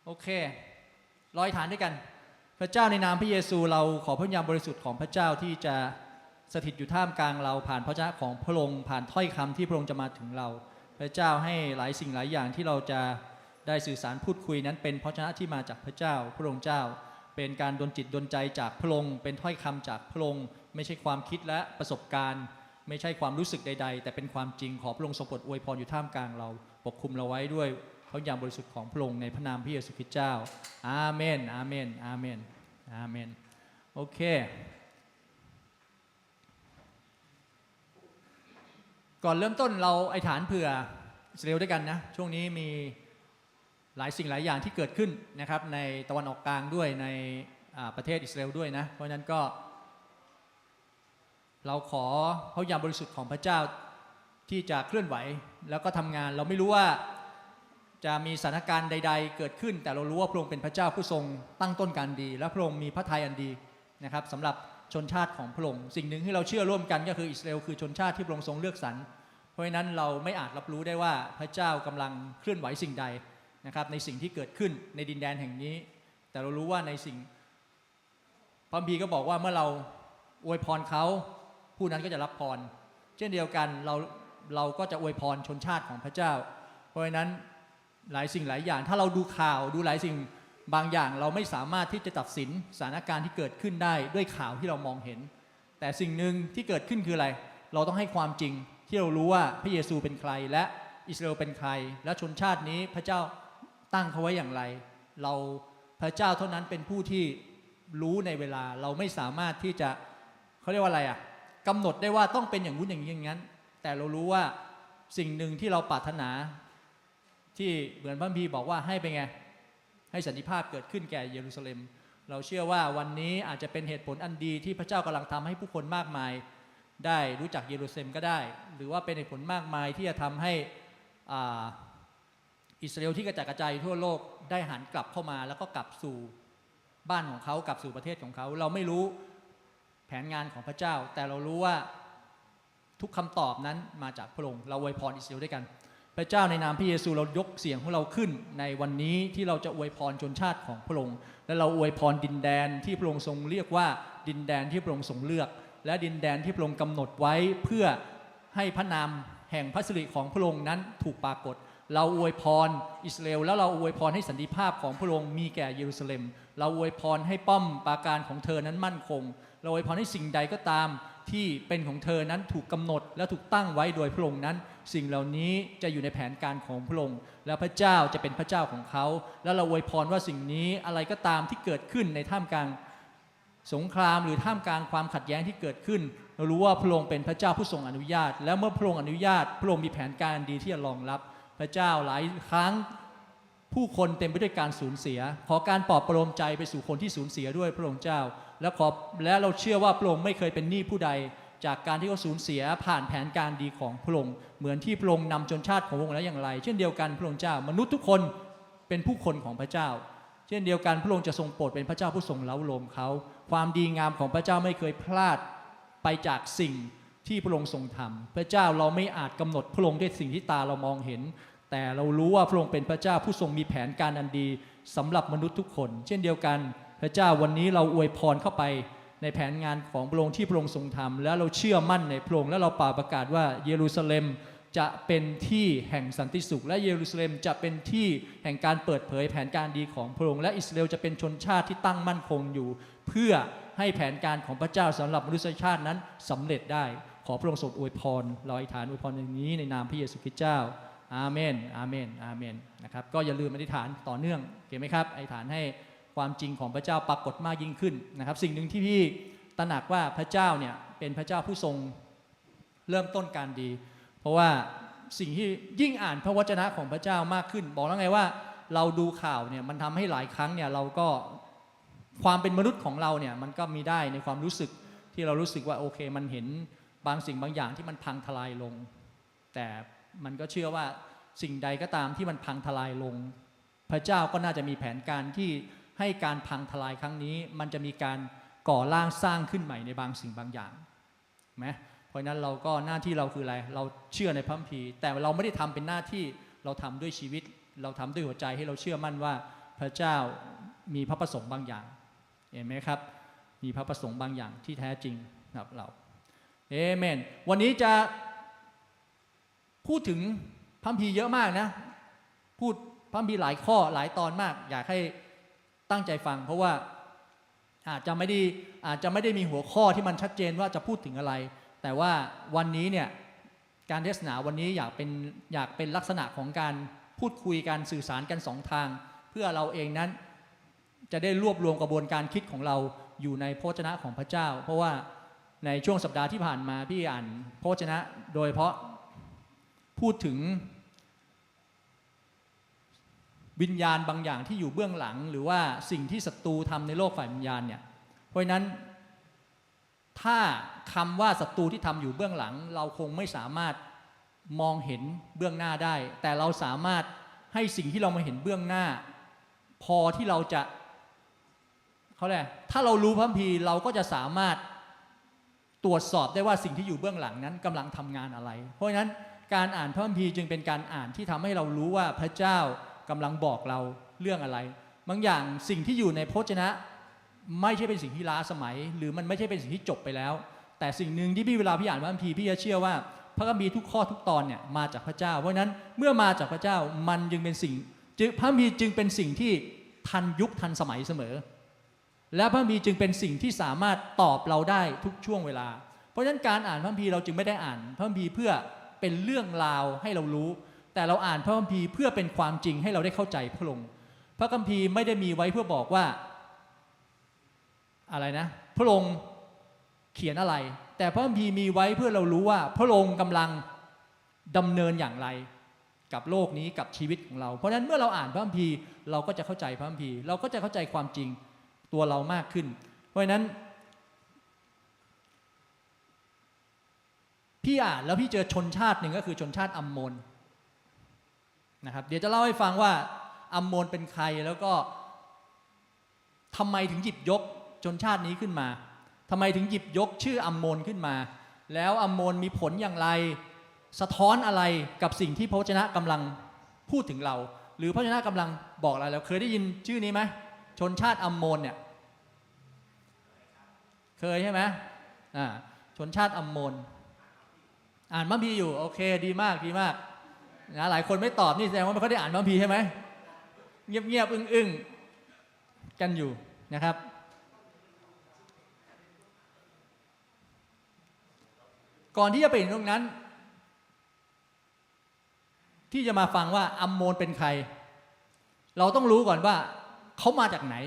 โอเคร้อยฐานด้วยกันพระเจ้าในนามพระเยซูเราขอพระวิญญาณบริสุทธิ์ของพระเจ้าที่จะสถิตอยู่ท่ามกลางเราผ่านพระเจ้าของพระองค์ผ่านถ้อยคำที่พระองค์จะมาถึงเราพระเจ้าให้หลายสิ่งหลายอย่างที่เราจะได้สื่อสารพูดคุยนั้นเป็นพระชนะที่มาจากพระเจ้าพระองค์เจ้าเป็นการดลจิตดลใจจากพระองค์เป็นถ้อยคำจากพระองค์ไม่ใช่ความคิดและประสบการณ์ไม่ใช่ความรู้สึกใดๆแต่เป็นความจริงขอพระองค์ทรงโปรดอวยพรอยู่ท่ามกลางเราปกคุมเราไว้ด้วยพระวิญญาณบริสุทธิ์ของพระองค์ในพระนามพระเยซูคริสต์เจ้าอาเมนอาเมนอาเมนอาเมนโอเคก่อนเริ่มต้นเราอธิษฐานเผื่ออิสราเอลด้วยกันนะช่วงนี้มีหลายสิ่งหลายอย่างที่เกิดขึ้นนะครับในตะวันออกกลางด้วยในประเทศอิสราเอลด้วยนะเพราะฉะนั้นก็เราขอพระวิญญาณบริสุทธิ์ของพระเจ้าที่จะเคลื่อนไหวแล้วก็ทำงานเราไม่รู้ว่าจะมีสถานการณ์ใดๆเกิดขึ้นแต่เรารู้ว่าพระองค์เป็นพระเจ้าผู้ทรงตั้งต้นการดีและพระองค์มีพระทัยอันดีนะครับสำหรับชนชาติของพระองค์สิ่งหนึ่งที่เราเชื่อร่วมกันก็คืออิสราเอลคือชนชาติที่พระองค์ทรงเลือกสรรเพราะฉะนั้นเราไม่อาจรับรู้ได้ว่าพระเจ้ากำลังเคลื่อนไหวสิ่งใดนะครับในสิ่งที่เกิดขึ้นในดินแดนแห่งนี้แต่เรารู้ว่าในสิ่งพระคัมภีร์ก็บอกว่าเมื่อเราอวยพรเขาผู้นั้นก็จะรับพรเช่นเดียวกันเราก็จะอวยพรชนชาติของพระเจ้าเพราะฉะนั้นหลายสิ่งหลายอย่างถ้าเราดูข่าวดูหลายสิ่งบางอย่างเราไม่สามารถที่จะตัดสินสถานการณ์ที่เกิดขึ้นได้ด้วยข่าวที่เรามองเห็นแต่สิ่งหนึ่งที่เกิดขึ้นคืออะไรเราต้องให้ความจริงที่เรารู้ว่าพระเยซูเป็นใครและอิสราเอลเป็นใครและชนชาตินี้พระเจ้าตั้งเขาไว้อย่างไรเราพระเจ้าเท่านั้นเป็นผู้ที่รู้ในเวลาเราไม่สามารถที่จะเขาเรียกว่าอะไรกำหนดได้ว่าต้องเป็นอย่างนู้นอย่างนี้อย่างนั้นแต่เรารู้ว่าสิ่งหนึ่งที่เราปรารถนาที่เหมือนพระคัมภีร์บอกว่าให้เป็นไงให้สันติภาพเกิดขึ้นแก่เยรูซาเล็มเราเชื่อว่าวันนี้อาจจะเป็นเหตุผลอันดีที่พระเจ้ากำลังทำให้ผู้คนมากมายได้รู้จักเยรูซาเล็มก็ได้หรือว่าเป็นเหตุผลมากมายที่จะทำให้อิสราเอลที่กระจายกระจายทั่วโลกได้หันกลับเข้ามาแล้วก็กลับสู่บ้านของเขากลับสู่ประเทศของเขาเราไม่รู้แผนงานของพระเจ้าแต่เรารู้ว่าทุกคำตอบนั้นมาจากพระองค์เราอวยพรอิสราเอลด้วยกันพระเจ้าในนามพระเยซูเรายกเสียงของเราขึ้นในวันนี้ที่เราจะอวยพรชนชาติของพระองค์และเราอวยพรดินแดนที่พระองค์ทรงเรียกว่าดินแดนที่พระองค์ทรงเลือกและดินแดนที่พระองค์กำหนดไว้เพื่อให้พระนามแห่งพระสิริของพระองค์นั้นถูกปรากฏเราอวยพรอิสราเอลแล้วเราอวยพรให้สันติภาพของพระองค์มีแก่เยรูซาเล็มเราอวยพรให้ป้อมปราการของเธอนั้นมั่นคงเราอวยพรให้สิ่งใดก็ตามที่เป็นของเธอนั้นถูกกำหนดและถูกตั้งไว้โดยพระองค์นั้นสิ่งเหล่านี้จะอยู่ในแผนการของพระองค์แล้วพระเจ้าจะเป็นพระเจ้าของเขาแล้วเราอวยพรว่าสิ่งนี้อะไรก็ตามที่เกิดขึ้นในท่ามกลางสงครามหรือท่ามกลางความขัดแย้งที่เกิดขึ้นเรารู้ว่าพระองค์เป็นพระเจ้าผู้ทรงอนุญาตแล้วเมื่อพระองค์อนุญาตพระองค์มีแผนการดีที่จะรองรับพระเจ้าหลายครั้งผู้คนเต็มไปด้วยการสูญเสียขอการปลอบประโลมใจไปสู่คนที่สูญเสียด้วยพระองค์เจ้าและเราเชื่อว่าพระองค์ไม่เคยเป็นหนี้ผู้ใดจากการที่เขาสูญเสียผ่านแผนการดีของพระองค์เหมือนที่พระองค์นำชนชาติของพระองค์แล้วอย่างไรเช่นเดียวกันพระองค์เจ้ามนุษย์ทุกคนเป็นผู้คนของพระเจ้าเช่นเดียวกันพระองค์จะทรงโปรดเป็นพระเจ้าผู้ทรงเล้าโลมเขาความดีงามของพระเจ้าไม่เคยพลาดไปจากสิ่งที่พระองค์ทรงทำพระเจ้าเราไม่อาจกำหนดพระองค์ด้วยสิ่งที่ตาเรามองเห็นแต่เรารู้ว่าพระองค์เป็นพระเจ้าผู้ทรงมีแผนการอันดีสำหรับมนุษย์ทุกคนเช่นเดียวกันพระเจ้าวันนี้เราอวยพรเข้าไปในแผนงานของพระองค์ที่พระองค์ทรงทำแล้วเราเชื่อมั่นในพระองค์และเราประกาศว่าเยรูซาเล็มจะเป็นที่แห่งสันติสุขและเยรูซาเล็มจะเป็นที่แห่งการเปิดเผยแผนการดีของพระองค์และอิสราเอลจะเป็นชนชาติที่ตั้งมั่นคงอยู่เพื่อให้แผนการของพระเจ้าสำหรับมนุษยชาตินั้นสำเร็จได้ขอพระองค์ทรงอวยพรเราอธิษฐานอวยพรอย่างนี้ในนามพระเยซูคริสต์เจ้าอาเมนอาเมนอาเมนนะครับก็อย่าลืมอธิษฐานต่อเนื่องโอเคไหมครับอธิษฐานให้ความจริงของพระเจ้าปรากฏมากยิ่งขึ้นนะครับสิ่งหนึ่งที่พี่ตระหนักว่าพระเจ้าเนี่ยเป็นพระเจ้าผู้ทรงเริ่มต้นการดีเพราะว่าสิ่งที่ยิ่งอ่านพระวจนะของพระเจ้ามากขึ้นบอกแล้วไงว่าเราดูข่าวเนี่ยมันทำให้หลายครั้งเนี่ยเราก็ความเป็นมนุษย์ของเราเนี่ยมันก็มีได้ในความรู้สึกที่เรารู้สึกว่าโอเคมันเห็นบางสิ่งบางอย่างที่มันพังทลายลงแต่มันก็เชื่อว่าสิ่งใดก็ตามที่มันพังทลายลงพระเจ้าก็น่าจะมีแผนการที่ให้การพังทลายครั้งนี้มันจะมีการก่อร่างสร้างขึ้นใหม่ในบางสิ่งบางอย่างไหมเพราะนั้นเราก็หน้าที่เราคืออะไรเราเชื่อในพระคัมภีร์แต่เราไม่ได้ทำเป็นหน้าที่เราทำด้วยชีวิตเราทำด้วยหัวใจให้เราเชื่อมั่นว่าพพระเจ้ามีพระประสงค์บางอย่างเห็นไหมครับมีพระประสงค์บางอย่างที่แท้จริงกับเราเอเมนวันนี้จะพูดถึงพระคัมภีร์เยอะมากนะพูดพระคัมภีร์หลายข้อหลายตอนมากอยากให้ตั้งใจฟังเพราะว่าอาจจะไม่ได้มีหัวข้อที่มันชัดเจนว่าจะพูดถึงอะไรแต่ว่าวันนี้เนี่ยการเทศนาวันนี้อยากเป็นลักษณะของการพูดคุยการสื่อสารกันสองทางเพื่อเราเองนั้นจะได้รวบรวมกระบวนการคิดของเราอยู่ในพระวจนะของพระเจ้าเพราะว่าในช่วงสัปดาห์ที่ผ่านมาพี่อ่านพระวจนะโดยเฉพาะพูดถึงวิญญาณบางอย่างที่อยู่เบื้องหลังหรือว่าสิ่งที่ศัตรูทำในโลกฝ่ายวิญญาณเนี่ยเพราะฉะนั้นถ้าคำว่าศัตรูที่ทำอยู่เบื้องหลังเราคงไม่สามารถมองเห็นเบื้องหน้าได้แต่เราสามารถให้สิ่งที่เรามาเห็นเบื้องหน้าพอที่เราจะเขาเรียกถ้าเรารู้พระคัมภีร์เราก็จะสามารถตรวจสอบได้ว่าสิ่งที่อยู่เบื้องหลังนั้นกำลังทำงานอะไรเพราะฉะนั้นการอ่านพระคัมภีร์จึงเป็นการอ่านที่ทำให้เรารู้ว่าพระเจ้ากำลังบอกเราเรื่องอะไรบางอย่างสิ่งที่อยู่ในพระวจนะไม่ใช่เป็นสิ่งที่ล้าสมัยหรือมันไม่ใช่เป็นสิ่งที่จบไปแล้วแต่สิ่งหนึ่งที่เวลาพี่อ่านพระคัมภีร์พี่จะเชื่อว่าพระคัมภีร์ทุกข้อทุกตอนเนี่ยมาจากพระเจ้าเพราะฉะนั้นเมื่อมาจากพระเจ้ามันจึงเป็นสิ่งพระคัมภีร์จึงเป็นสิ่งที่ทันยุคทันสมัยเสมอและพระคัมภีร์จึงเป็นสิ่งที่สามารถตอบเราได้ทุกช่วงเวลาเพราะฉะนั้นการอ่านพระคัมภีร์เราจึงไม่ได้อ่านพระคัมภีร์เพื่อเป็นเรื่องราวให้เรารู้แต่เราอ่านพระคัมภีร์เพื่อเป็นความจริงให้เราได้เข้าใจพระองค์พระคัมภีร์ไม่ได้มีไว้เพื่อบอกว่าอะไรนะพระองค์เขียนอะไรแต่พระคัมภีร์มีไว้เพื่อเรารู้ว่าพระองค์กำลังดำเนินอย่างไรกับโลกนี้กับชีวิตของเราเพราะฉะนั้นเมื่อเราอ่านพระคัมภีร์เราก็จะเข้าใจพระคัมภีร์เราก็จะเข้าใจความจริงตัวเรามากขึ้นเพราะฉะนั้นพี่อ่านแล้วพี่เจอชนชาติหนึ่งก็คือชนชาติอัมโมนนะครับเดี๋ยวจะเล่าให้ฟังว่าอัมโมนเป็นใครแล้วก็ทำไมถึงหยิบยกชนชาตินี้ขึ้นมาทำไมถึงหยิบยกชื่ออัมโมนขึ้นมาแล้วอัมโมนมีผลอย่างไรสะท้อนอะไรกับสิ่งที่พระวจนะกำลังพูดถึงเราหรือพระวจนะกำลังบอกอะไรเราเคยได้ยินชื่อนี้ไหมชนชาติอัมโมนเนี่ยเคยใช่ไหมชนชาติอัมโมนอ่านมัมพีอยู่โอเคดีมากดีมากนะหลายคนไม่ตอบนี่แสดงว่าไม่ค่อยได้อ่านมัมพีใช่ไหมเงียบๆอึ้งๆกันอยู่นะครับก่อนที่จะไปถึงตรงนั้นที่จะมาฟังว่าอัมโมนเป็นใครเราต้องรู้ก่อนว่าเขามาจากไหน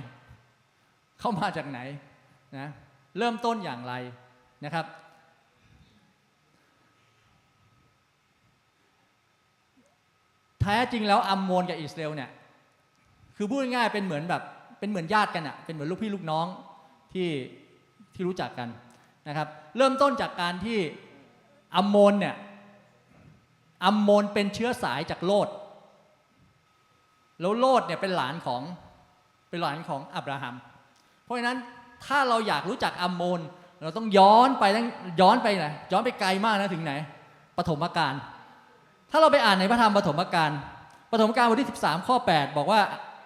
นะเริ่มต้นอย่างไรนะครับแท้จริงแล้วอัมโมนกับอิสราเอลเนี่ยคือพูดง่ายๆเป็นเหมือนญาติกันอะเป็นเหมือนลูกพี่ลูกน้องที่รู้จักกันนะครับเริ่มต้นจากการที่อัมโมนเป็นเชื้อสายจากโลดแล้วโลดเนี่ยเป็นหลานของอับราฮัมเพราะฉะนั้นถ้าเราอยากรู้จักอัมโมนเราต้องย้อนไปไหนย้อนไปไกลมากนะถึงไหนปฐมกาลถ้าเราไปอ่านในพระธรรมปฐมกาลบทที่13ข้อ8บอกว่า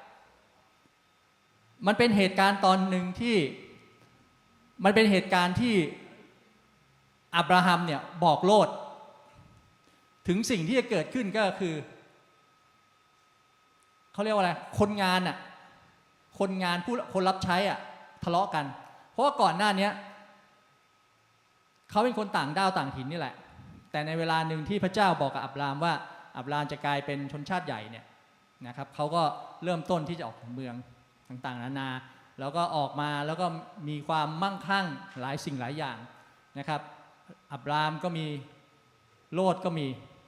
มันเป็นเหตุการณ์ตอนหนึ่งที่มันเป็นเหตุการณ์ที่อับราฮัมเนี่ยบอกโลดถึงสิ่งที่จะเกิดขึ้นก็คือเขาเรียกว่าอะไรคนงานคนรับใช้ทะเลาะกันเพราะว่าก่อนหน้านี้เขาเป็นคนต่างด้าวต่างถิ่นนี่แหละแต่ในเวลาหนึ่งที่พระเจ้าบอกกับอับรามว่าอับรามจะกลายเป็นชนชาติใหญ่เนี่ยนะครับเขาก็เริ่มต้นที่จะออกจากเมืองต่างๆนานาแล้วก็ออกมาแล้วก็มีความมั่งคั่งหลายสิ่งหลายอย่างนะครับอับรามก็มีโลดก็มี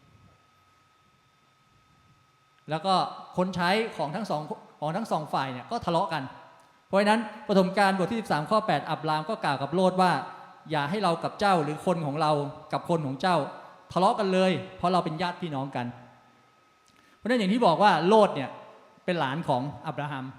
แล้วก็คนใช้ของทั้งสองฝ่ายเนี่ยก็ทะเลาะกันเพราะฉะนั้นปฐมกาลบทที่13ข้อ8อับรามก็กล่าวกับโลดว่าอย่าให้เรากับเจ้าหรือคนของเรากับคนของเจ้าทะเลาะกันเลยเพราะเราเป็นญาติพี่น้องกันเพราะฉะนั้นอย่างที่บอกว่าโลดเนี่ยเป็นหลานของอับราฮัม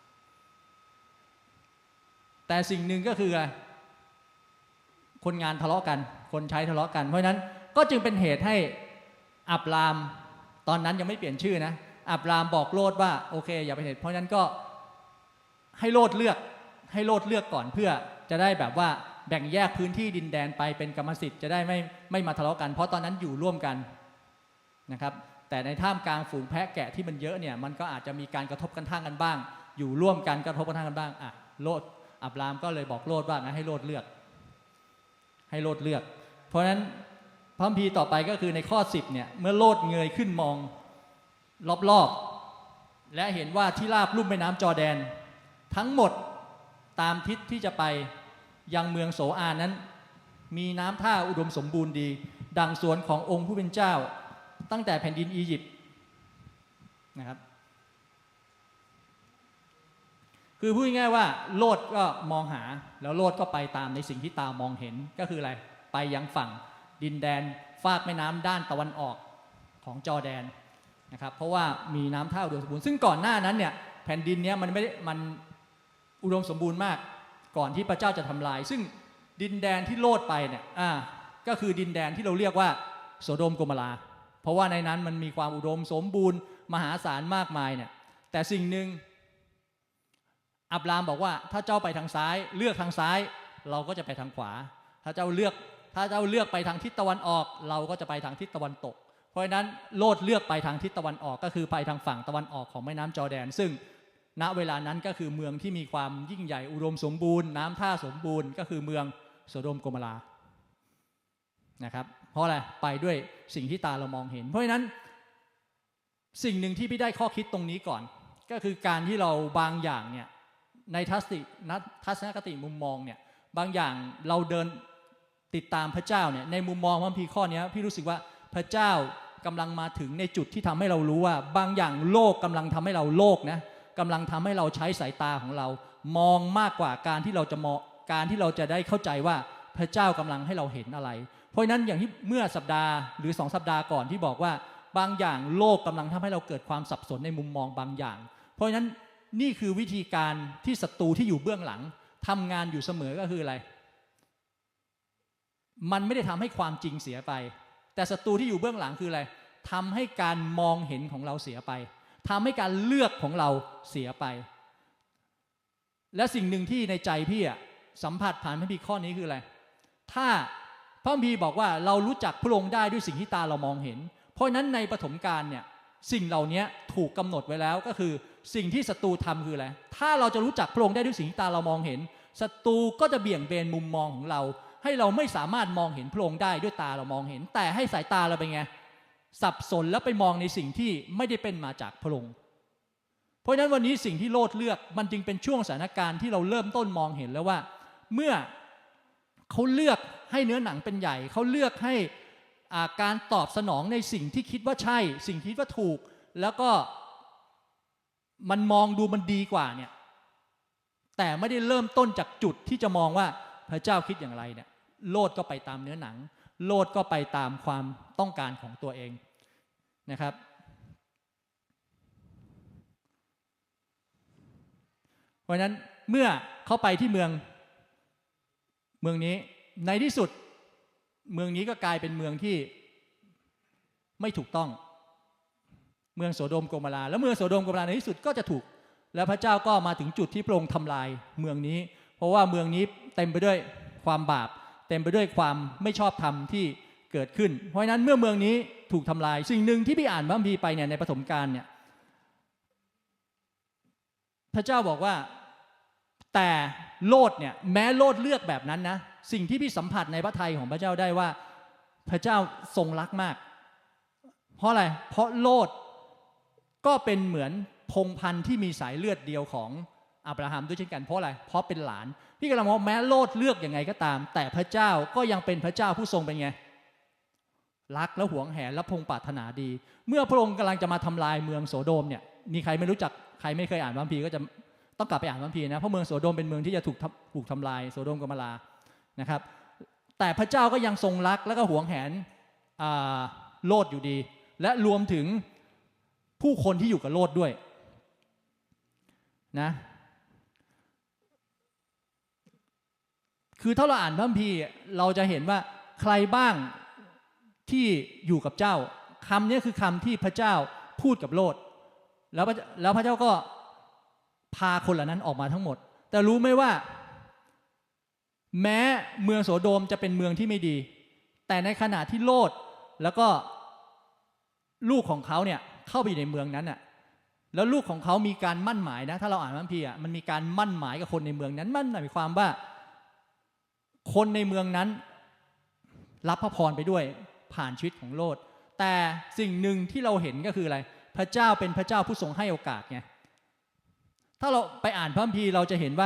แต่สิ่งหนึ่งก็คือคนงานทะเลาะกันคนใช้ทะเลาะกันเพราะฉะนั้นก็จึงเป็นเหตุให้อับรามตอนนั้นยังไม่เปลี่ยนชื่อนะอับรามบอกโลดว่าโอเคอย่าไปเห็นเพราะฉะนั้นก็ให้โลดเลือกก่อนเพื่อจะได้แบบว่าแบ่งแยกพื้นที่ดินแดนไปเป็นกรรมสิทธิ์จะได้ไม่มาทะเลาะกันเพราะตอนนั้นอยู่ร่วมกันนะครับแต่ในท่ามกลางฝูงแพะแกะที่มันเยอะเนี่ยมันก็อาจจะมีการกระทบกันทางกันบ้างอยู่ร่วมกันกระทบกันทางกันบ้างโลดอับรามก็เลยบอกโลดว่างั้นให้โลดเลือกเพราะฉะนั้นพระคัมภีร์ต่อไปก็คือในข้อ10เนี่ยเมื่อโลดเงยขึ้นมองรอบๆและเห็นว่าที่ราบลุ่มแม่น้ำจอร์แดนทั้งหมดตามทิศที่จะไปยังเมืองโสอานั้นมีน้ำท่าอุดมสมบูรณ์ดีดังสวนขององค์ผู้เป็นเจ้าตั้งแต่แผ่นดินอียิปต์นะครับคือพูดง่ายๆว่าโลดก็มองหาแล้วโลดก็ไปตามในสิ่งที่ตามองเห็นก็คืออะไรไปยังฝั่งดินแดนฟากแม่น้ำด้านตะวันออกของจอร์แดนนะครับเพราะว่ามีน้ำท่าอุดมสมบูรณ์ซึ่งก่อนหน้านั้นเนี่ยแผ่นดินนี้มันอุดมสมบูรณ์มากก่อนที่พระเจ้าจะทำลายซึ่งดินแดนที่โลดไปเนี่ยก็คือดินแดนที่เราเรียกว่าโสโดมโกมอราเพราะว่าในนั้นมันมีความอุดมสมบูรณ์มหาศาลมากมายเนี่ยแต่สิ่งหนึ่งอับรามบอกว่าถ้าเจ้าไปทางซ้ายเลือกทางซ้ายเราก็จะไปทางขวาถ้าเจ้าเลือกไปทางทิศตะวันออกเราก็จะไปทางทิศตะวันตกเพราะฉะนั้นโลดเลือกไปทางทิศตะวันออกก็คือไปทางฝั่งตะวันออกของแม่น้ำจอร์แดนซึ่งณเวลานั้นก็คือเมืองที่มีความยิ่งใหญ่อุดมสมบูรณ์น้ำท่าสมบูรณ์ก็คือเมืองโสโดมโกมอรานะครับเพราะอะไรไปด้วยสิ่งที่ตาเรามองเห็นเพราะฉะนั้นสิ่งหนึ่งที่พี่ได้ข้อคิดตรงนี้ก่อนก็คือการที่เราบางอย่างเนี่ยในทัศนคติมุมมองเนี่ยบางอย่างเราเดินติดตามพระเจ้าเนี่ยในมุมมองพระคัมภีร์ข้อนี้พี่รู้สึกว่าพระเจ้ากำลังมาถึงในจุดที่ทำให้เรารู้ว่าบางอย่างโลกกำลังทำให้เราโลกนะกำลังทำให้เราใช้สายตาของเรามองมากกว่าการที่เราจะได้เข้าใจว่าพระเจ้ากำลังให้เราเห็นอะไรเพราะฉะนั้นอย่างที่เมื่อสัปดาห์หรือ2 สัปดาห์ก่อนที่บอกว่าบางอย่างโลกกำลังทำให้เราเกิดความสับสนในมุมมองบางอย่างเพราะฉะนั้นนี่คือวิธีการที่ศัตรูที่อยู่เบื้องหลังทำงานอยู่เสมอก็คืออะไรมันไม่ได้ทำให้ความจริงเสียไปแต่ศัตรูที่อยู่เบื้องหลังคืออะไรทำให้การมองเห็นของเราเสียไปทำให้การเลือกของเราเสียไปและสิ่งหนึ่งที่ในใจพี่สัมผัสผ่านพระคัมภีร์ข้อนี้คืออะไรถ้าพระคัมภีร์บอกว่าเรารู้จักพระองค์ได้ด้วยสิ่งที่ตาเรามองเห็นเพราะฉะนั้นในปฐมกาลเนี่ยสิ่งเหล่านี้ถูกกำหนดไว้แล้วก็คือสิ่งที่ศัตรูทำคืออะไรถ้าเราจะรู้จักพระองค์ได้ด้วยสิ่งที่ตาเรามองเห็นศัตรูก็จะเบี่ยงเบนมุมมองของเราให้เราไม่สามารถมองเห็นพระองค์ได้ด้วยตาเรามองเห็นแต่ให้สายตาเราเป็นไงสับสนแล้วไปมองในสิ่งที่ไม่ได้เป็นมาจากพระองค์เพราะฉะนั้นวันนี้สิ่งที่โลดเลือกมันจึงเป็นช่วงสถานการณ์ที่เราเริ่มต้นมองเห็นแล้วว่าเมื่อเขาเลือกให้เนื้อหนังเป็นใหญ่เขาเลือกให้การตอบสนองในสิ่งที่คิดว่าใช่สิ่งที่คิดว่าถูกแล้วก็มันมองดูมันดีกว่าเนี่ยแต่ไม่ได้เริ่มต้นจากจุดที่จะมองว่าพระเจ้าคิดอย่างไรเนี่ยโลดก็ไปตามเนื้อหนังโลดก็ไปตามความต้องการของตัวเองนะครับเพราะฉะนั้นเมื่อเขาไปที่เมืองนี้ในที่สุดเมืองนี้ก็กลายเป็นเมืองที่ไม่ถูกต้องเมืองโสโดมโกมอราแล้วเมืองโสโดมโกมอราในที่สุดก็จะถูกแล้วพระเจ้าก็มาถึงจุดที่พระองค์ทำลายเมืองนี้เพราะว่าเมืองนี้เต็มไปด้วยความบาปเต็มไปด้วยความไม่ชอบธรรมที่เกิดขึ้นเพราะฉะนั้นเมื่อเมืองนี้ถูกทำลายสิ่งหนึ่งที่พี่อ่านพระคัมภีร์ไปเนี่ยในปฐมกาลเนี่ยพระเจ้าบอกว่าแต่โลดเนี่ยแม้โลดเลือกแบบนั้นนะสิ่งที่พี่สัมผัสในพระทัยของพระเจ้าได้ว่าพระเจ้าทรงรักมากเพราะอะไรเพราะโลดก็เป็นเหมือนพงศ์พันธุ์ที่มีสายเลือดเดียวของอับราฮัมด้วยเช่นกันเพราะอะไรเพราะเป็นหลานพี่กำลังมองแม้โลดเลือกยังไงก็ตามแต่พระเจ้าก็ยังเป็นพระเจ้าผู้ทรงเป็นไงรักและหวงแหนและพงปรารถนาดีเมื่อพระองค์กำลังจะมาทำลายเมืองโสโดมเนี่ยมีใครไม่รู้จักใครไม่เคยอ่านพระคัมภีร์ก็จะต้องกลับไปอ่านพระคัมภีร์นะเพราะเมืองโสโดมเป็นเมืองที่จะถูกทำลายโสโดมโกมอรานะครับแต่พระเจ้าก็ยังทรงรักและก็หวงแหนโลดอยู่ดีและรวมถึงผู้คนที่อยู่กับโลดด้วยนะคือถ้าเราอ่านพระคัมภีร์เราจะเห็นว่าใครบ้างที่อยู่กับเจ้าคำนี้คือคำที่พระเจ้าพูดกับโลดแล้วพระเจ้าก็พาคนเหล่านั้นออกมาทั้งหมดแต่รู้ไหมว่าแม้เมืองโสโดมจะเป็นเมืองที่ไม่ดีแต่ในขณะที่โลดแล้วก็ลูกของเขาเนี่ยเข้าไปอยู่ในเมืองนั้นน่ะแล้วลูกของเขามีการมั่นหมายนะถ้าเราอ่านพระคัมภีร์มันมีการมั่นหมายกับคนในเมืองนั้นมั่นหมายความว่าคนในเมืองนั้นรับพระพรไปด้วยผ่านชีวิตของโลดแต่สิ่งหนึ่งที่เราเห็นก็คืออะไรพระเจ้าเป็นพระเจ้าผู้ทรงให้โอกาสไงถ้าเราไปอ่านพระคัมภีร์เราจะเห็นว่า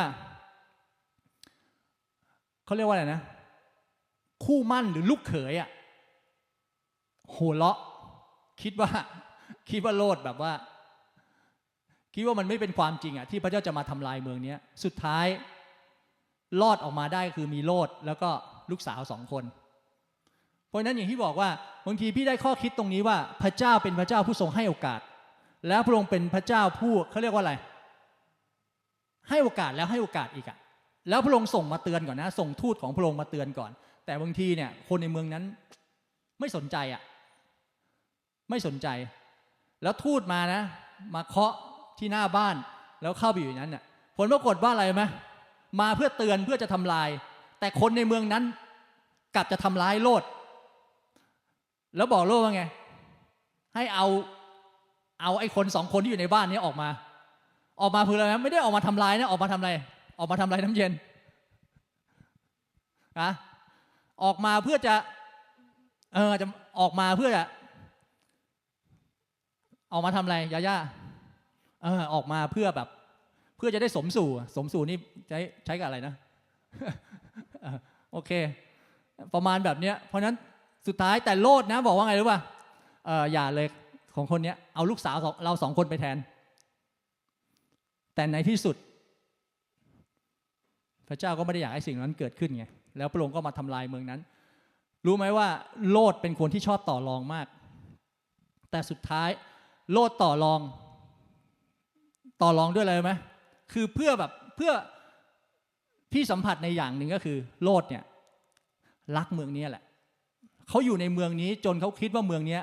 เขาเรียกว่าอะไรนะคู่มั่นหรือลูกเขยอ่ะโหเลาะคิดว่าโลดแบบว่าคิดว่ามันไม่เป็นความจริงอ่ะที่พระเจ้าจะมาทำลายเมืองนี้สุดท้ายรอดออกมาได้คือมีโลดแล้วก็ลูกสาว2 คนเพราะนั้นอย่างที่บอกว่าบางทีพี่ได้ข้อคิดตรงนี้ว่าพระเจ้าเป็นพระเจ้าผู้ทรงให้โอกาสแล้วพระองค์เป็นพระเจ้าผู้เขาเรียกว่าอะไรให้โอกาสแล้วให้โอกาสอีกอ่ะแล้วพระองค์ส่งมาเตือนก่อนนะส่งทูตของพระองค์มาเตือนก่อนแต่บางทีเนี่ยคนในเมืองนั้นไม่สนใจอ่ะไม่สนใจแล้วทูตมานะมาเคาะที่หน้าบ้านแล้วเข้าไปอยู่นั้นน่ะผลปรากฏว่าอะไรไหมมาเพื่อเตือนเพื่อจะทำลายแต่คนในเมืองนั้นกลับจะทำร้ายโลดแล้วบอกโลดว่าไงให้เอาไอ้คน2 คนที่อยู่ในบ้านนี้ออกมาเพื่ออะไรนะไม่ได้ออกมาทำลายนะออกมาทำอะไรออกมาทำลายน้ำเย็นนะออกมาเพื่อจะออกมาเพื่อจะออกมาทำอะไรย่าออกมาเพื่อแบบเพื่อจะได้สมสู่นี่ใช้กับอะไรนะ โอเคประมาณแบบเนี้ยเพราะนั้นสุดท้ายแต่โลดนะบอกว่าไงรู้ป่ะอย่าเลยของคนเนี้ยเอาลูกสาวเรา2 คนไปแทนแต่ในที่สุดพระเจ้าก็ไม่ได้อยากให้สิ่งนั้นเกิดขึ้นไงแล้วพระองค์ก็มาทำลายเมืองนั้นรู้ไหมว่าโลดเป็นคนที่ชอบต่อรองมากแต่สุดท้ายโลดต่อรองด้วยอะไรไหมคือเพื่อพี่สัมผัสในอย่างหนึ่งก็คือโลดเนี่ยรักเมืองนี้แหละเขาอยู่ในเมืองนี้จนเขาคิดว่าเมืองนี้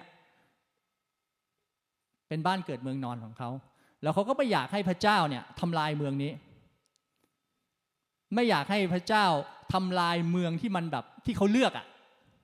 เป็นบ้านเกิดเมืองนอนของเขาแล้วเขาก็ไม่อยากให้พระเจ้าเนี่ยทำลายเมืองนี้ไม่อยากให้พระเจ้าทำลายเมืองที่มันแบบที่เขาเลือกอ่ะ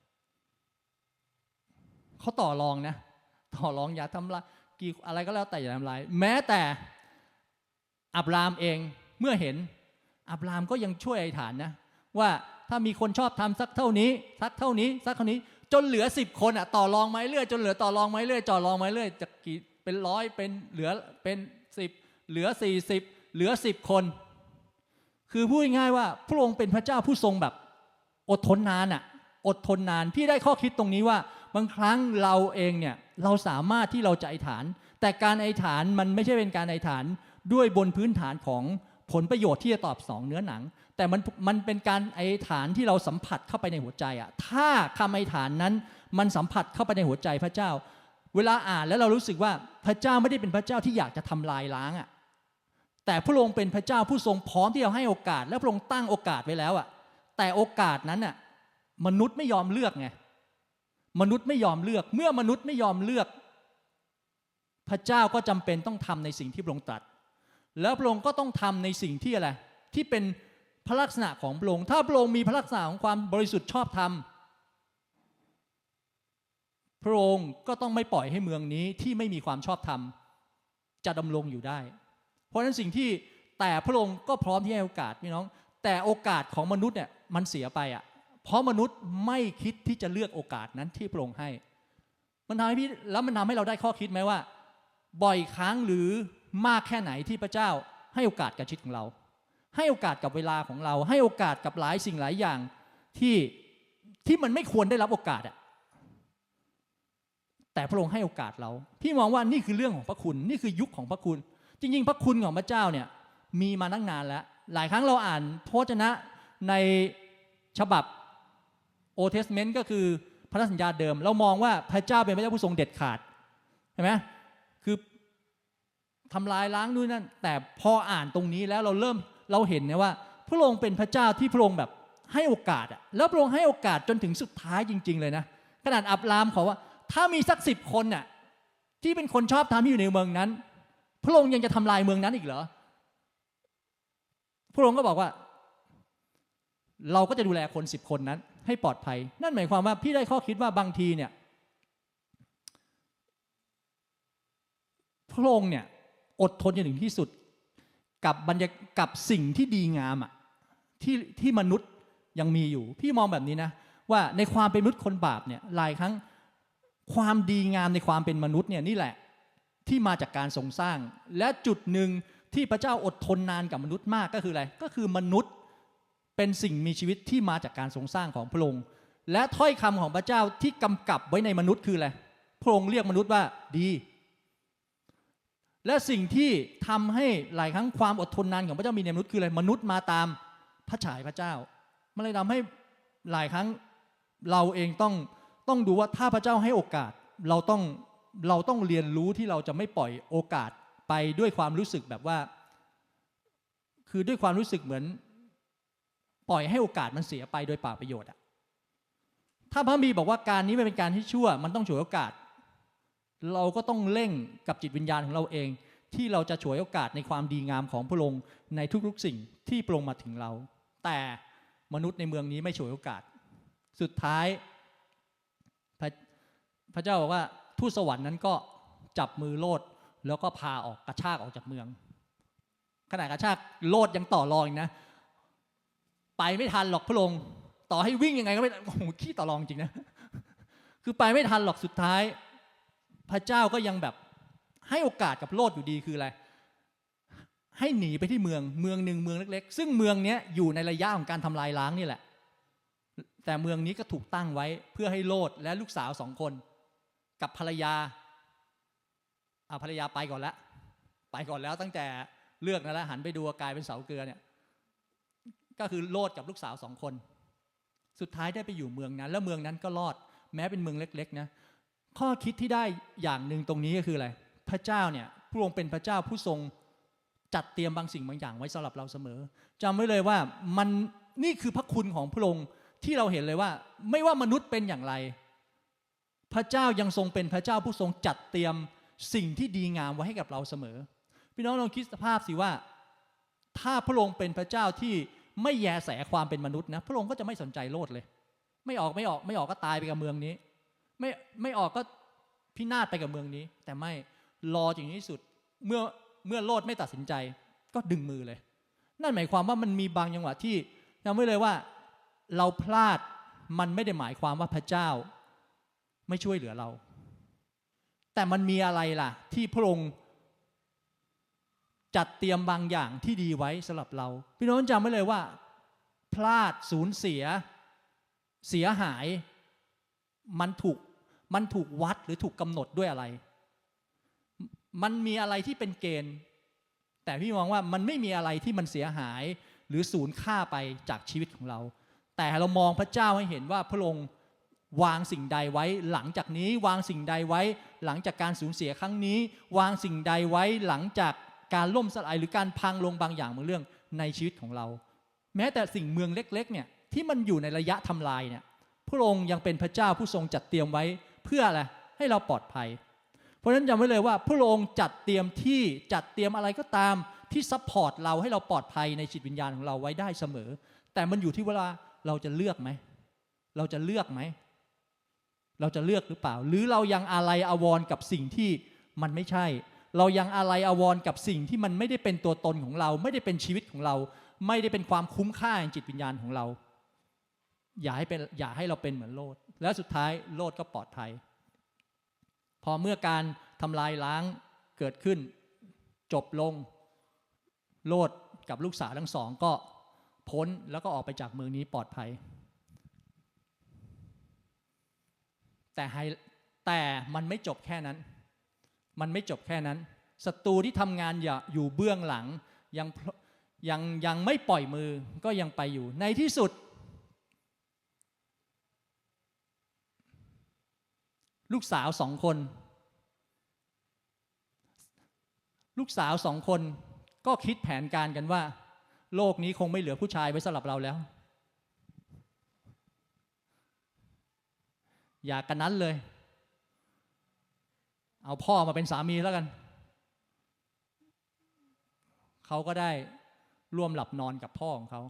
เขาต่อรองนะต่อรองอย่าทำลายกี่อะไรก็แล้วแต่อย่าทำลายแม้แต่อับรามเองเมื่อเห็นอับรามก็ยังช่วยอธิษฐานนะว่าถ้ามีคนชอบทำสักเท่านี้จนเหลือ10 คนอ่ะต่อรองไม้เรื่อยจนเหลือต่อรองไม้เรื่อยต่อรองไม้เรื่อยจากกี่เป็น100เป็นเหลือเป็น10เหลือ40เหลือ10 คนคือพูดง่ายๆว่าพระองค์เป็นพระเจ้าผู้ทรงแบบอดทนนานอ่ะอดทนนานพี่ได้ข้อคิดตรงนี้ว่าบางครั้งเราเองเนี่ยเราสามารถที่เราจะอธิษฐานแต่การอธิษฐานมันไม่ใช่เป็นการอธิษฐานด้วยบนพื้นฐานของผลประโยชน์ที่จะตอบสนองเนื้อหนังแต่มันเป็นการอธิษฐานที่เราสัมผัสเข้าไปในหัวใจอ่ะถ้าคำอธิษฐานนั้นมันสัมผัสเข้าไปในหัวใจพระเจ้าเวลาอ่านแล้วเรารู้สึกว่าพระเจ้าไม่ได้เป็นพระเจ้าที่อยากจะทำลายล้างอ่ะแต่พระองค์เป็นพระเจ้าผู้ทรงพร้อมที่จะให้โอกาสและพระองค์ตั้งโอกาสไว้แล้วอ่ะแต่โอกาสนั้นอ่ะมนุษย์ไม่ยอมเลือกไงมนุษย์ไม่ยอมเลือกเมื่อมนุษย์ไม่ยอมเลือกพระเจ้าก็จำเป็นต้องทำในสิ่งที่พระองค์ตรัสแล้วพระองค์ก็ต้องทำในสิ่งที่อะไรที่เป็นพระลักษณะของพระองค์ถ้าพระองค์มีพระลักษณะของความบริสุทธิ์ชอบธรรมพระองค์ก็ต้องไม่ปล่อยให้เมืองนี้ที่ไม่มีความชอบธรรมจะดำรงอยู่ได้เพราะฉะนั้นสิ่งที่แต่พระองค์ก็พร้อมที่ให้โอกาสพี่น้องแต่โอกาสของมนุษย์เนี่ยมันเสียไปอ่ะเพราะมนุษย์ไม่คิดที่จะเลือกโอกาสนั้นที่พระองค์ให้มันทำให้เราได้ข้อคิดไหมว่าบ่อยครั้งหรือมากแค่ไหนที่พระเจ้าให้โอกาสกับชีวิตของเราให้โอกาสกับเวลาของเราให้โอกาสกับหลายสิ่งหลายอย่างที่มันไม่ควรได้รับโอกาสอ่ะแต่พระองค์ให้โอกาสเราพี่มองว่านี่คือเรื่องของพระคุณนี่คือยุคของพระคุณจริงๆพระคุณของพระเจ้าเนี่ยมีมาตั้งนานแล้วหลายครั้งเราอ่านพระวจนะในฉบับOld Testament ก็คือพันธสัญญาเดิมเรามองว่าพระเจ้าเป็นพระเจ้าผู้ทรงเด็ดขาดใช่ไหมคือทำลายล้างนู่นนั่นแต่พออ่านตรงนี้แล้วเราเห็นนะว่าพระองค์เป็นพระเจ้าที่พระองค์แบบให้โอกาสอ่ะแล้วพระองค์ให้โอกาสจนถึงสุดท้ายจริงๆเลยนะขนาดอับรามขอว่าถ้ามีสัก10 คนน่ะที่เป็นคนชอบธรรมที่อยู่ในเมืองนั้นพระองค์ยังจะทำลายเมืองนั้นอีกเหรอพระองค์ก็บอกว่าเราก็จะดูแลคน10 คนนั้นให้ปลอดภัยนั่นหมายความว่าพี่ได้ข้อคิดว่าบางทีเนี่ยพระองค์เนี่ยอดทนจนถึงที่สุดกับสิ่งที่ดีงามที่มนุษย์ยังมีอยู่พี่มองแบบนี้นะว่าในความเป็นมนุษย์คนบาปเนี่ยหลายครั้งความดีงามในความเป็นมนุษย์เนี่ยนี่แหละที่มาจากการทรงสร้างและจุดหนึ่งที่พระเจ้าอดทนนานกับมนุษย์มากก็คืออะไรก็คือมนุษย์เป็นสิ่งมีชีวิตที่มาจากการทรงสร้างของพระองค์และถ้อยคำของพระเจ้าที่กำกับไว้ในมนุษย์คืออะไรพระองค์เรียกมนุษย์ว่าดีและสิ่งที่ทำให้หลายครั้งความอดทนนานของพระเจ้ามีในมนุษย์คืออะไรมนุษย์มาตามพระฉายพระเจ้ามันเลยทำให้หลายครั้งเราเองต้องดูว่าถ้าพระเจ้าให้โอกาสเราต้องเรียนรู้ที่เราจะไม่ปล่อยโอกาสไปด้วยความรู้สึกแบบว่าคือด้วยความรู้สึกเหมือนปล่อยให้โอกาสมันเสียไปโดยเปล่าประโยชน์ถ้าพระบีบอกว่าการนี้ไม่เป็นการที่ชั่วมันต้องฉวยโอกาสเราก็ต้องเร่งกับจิตวิญญาณของเราเองที่เราจะฉวยโอกาสในความดีงามของพระองค์ในทุกๆสิ่งที่พระองค์มาถึงเราแต่มนุษย์ในเมืองนี้ไม่ฉวยโอกาสสุดท้ายพระเจ้าบอกว่าทูตสวรรค์นั้นก็จับมือโลดแล้วก็พาออกกระชากออกจากเมืองขณะกระชากโลดยังต่อรองนะไปไม่ทันหรอกพระองค์ต่อให้วิ่งยังไงก็ไม่โอ้โหขี้ต่อรองจริงนะคือไปไม่ทันหรอกสุดท้ายพระเจ้าก็ยังแบบให้โอกาสกับโลดอยู่ดีคืออะไรให้หนีไปที่เมืองหนึ่งเมืองเล็กๆซึ่งเมืองนี้อยู่ในระยะของการทำลายล้างนี่แหละแต่เมืองนี้ก็ถูกตั้งไว้เพื่อให้โลดและลูกสาว2 คนกับภรรยาไปก่อนแล้วตั้งแต่เลือกนั่นแหละหันไปดูกลายเป็นเสาเกลือเนี่ยก็คือโลดกับลูกสาว2 คนสุดท้ายได้ไปอยู่เมืองนั้นแล้วเมืองนั้นก็รอดแม้เป็นเมืองเล็กๆนะข้อคิดที่ได้อย่างหนึ่งตรงนี้ก็คืออะไรพระเจ้าเนี่ยพระองค์เป็นพระเจ้าผู้ทรงจัดเตรียมบางสิ่งบางอย่างไว้สำหรับเราเสมอจำไว้เลยว่ามันนี่คือพระคุณของพระองค์ที่เราเห็นเลยว่าไม่ว่ามนุษย์เป็นอย่างไรพระเจ้ายังทรงเป็นพระเจ้าผู้ทรงจัดเตรียมสิ่งที่ดีงามไว้ให้กับเราเสมอพี่น้องลองคิดสภาพสิว่าถ้าพระองค์เป็นพระเจ้าที่ไม่แยแสความเป็นมนุษย์นะพระองค์ก็จะไม่สนใจโลดเลยไม่ออกก็ตายไปกับเมืองนี้ไม่ออกก็พินาศไปกับเมืองนี้แต่ไม่รอจนที่สุดเมื่อโลดไม่ตัดสินใจก็ดึงมือเลยนั่นหมายความว่ามันมีบางจังหวะที่จำไว้เลยว่าเราพลาดมันไม่ได้หมายความว่าพระเจ้าไม่ช่วยเหลือเราแต่มันมีอะไรล่ะที่พระองค์จัดเตรียมบางอย่างที่ดีไว้สำหรับเราพี่น้องจำไว้เลยว่าพลาดสูญเสียหายมันถูกวัดหรือถูกกำหนดด้วยอะไรมันมีอะไรที่เป็นเกณฑ์แต่พี่มองว่ามันไม่มีอะไรที่มันเสียหายหรือสูญค่าไปจากชีวิตของเราแต่เรามองพระเจ้าให้เห็นว่าพระองค์วางสิ่งใดไว้หลังจากนี้วางสิ่งใดไว้หลังจากการสูญเสียครั้งนี้วางสิ่งใดไว้หลังจากการล่มสลายหรือการพังลงบางอย่างบางเรื่องในชีวิตของเราแม้แต่สิ่งเมืองเล็กๆเนี่ยที่มันอยู่ในระยะทำลายเนี่ยพระองค์ยังเป็นพระเจ้าผู้ทรงจัดเตรียมไว้เพื่ออะไรให้เราปลอดภัยเพราะฉะนั้นจำไว้เลยว่าพระองค์จัดเตรียมอะไรก็ตามที่ซัพพอร์ตเราให้เราปลอดภัยในจิตวิญญาณของเราไว้ได้เสมอแต่มันอยู่ที่เวลาเราจะเลือกไหมเราจะเลือกหรือเปล่าหรือเรายังอาลัยอาวรณ์กับสิ่งที่มันไม่ใช่เรายังอาลัยอาวรณ์กับสิ่งที่มันไม่ได้เป็นตัวตนของเราไม่ได้เป็นชีวิตของเราไม่ได้เป็นความคุ้มค่าในจิตวิญญาณของเราอย่าให้เราเป็นเหมือนโลดแล้วสุดท้ายโลดก็ปลอดภัยพอเมื่อการทำลายล้างเกิดขึ้นจบลงโลดกับลูกสาวทั้ง 2ก็พ้นแล้วก็ออกไปจากเมืองนี้ปลอดภัยแต่มันไม่จบแค่นั้นศัตรูที่ทำงานอยู่เบื้องหลังยังไม่ปล่อยมือก็ยังไปอยู่ในที่สุดลูกสาว2 คนก็คิดแผนการกันว่าโลกนี้คงไม่เหลือผู้ชายไว้สำหรับเราแล้วอย่ากันนั้นเลยเอาพ่อมาเป็นสามีแล้วกันเขาก็ได้ร่วมหลับนอนกับพ่อของเขา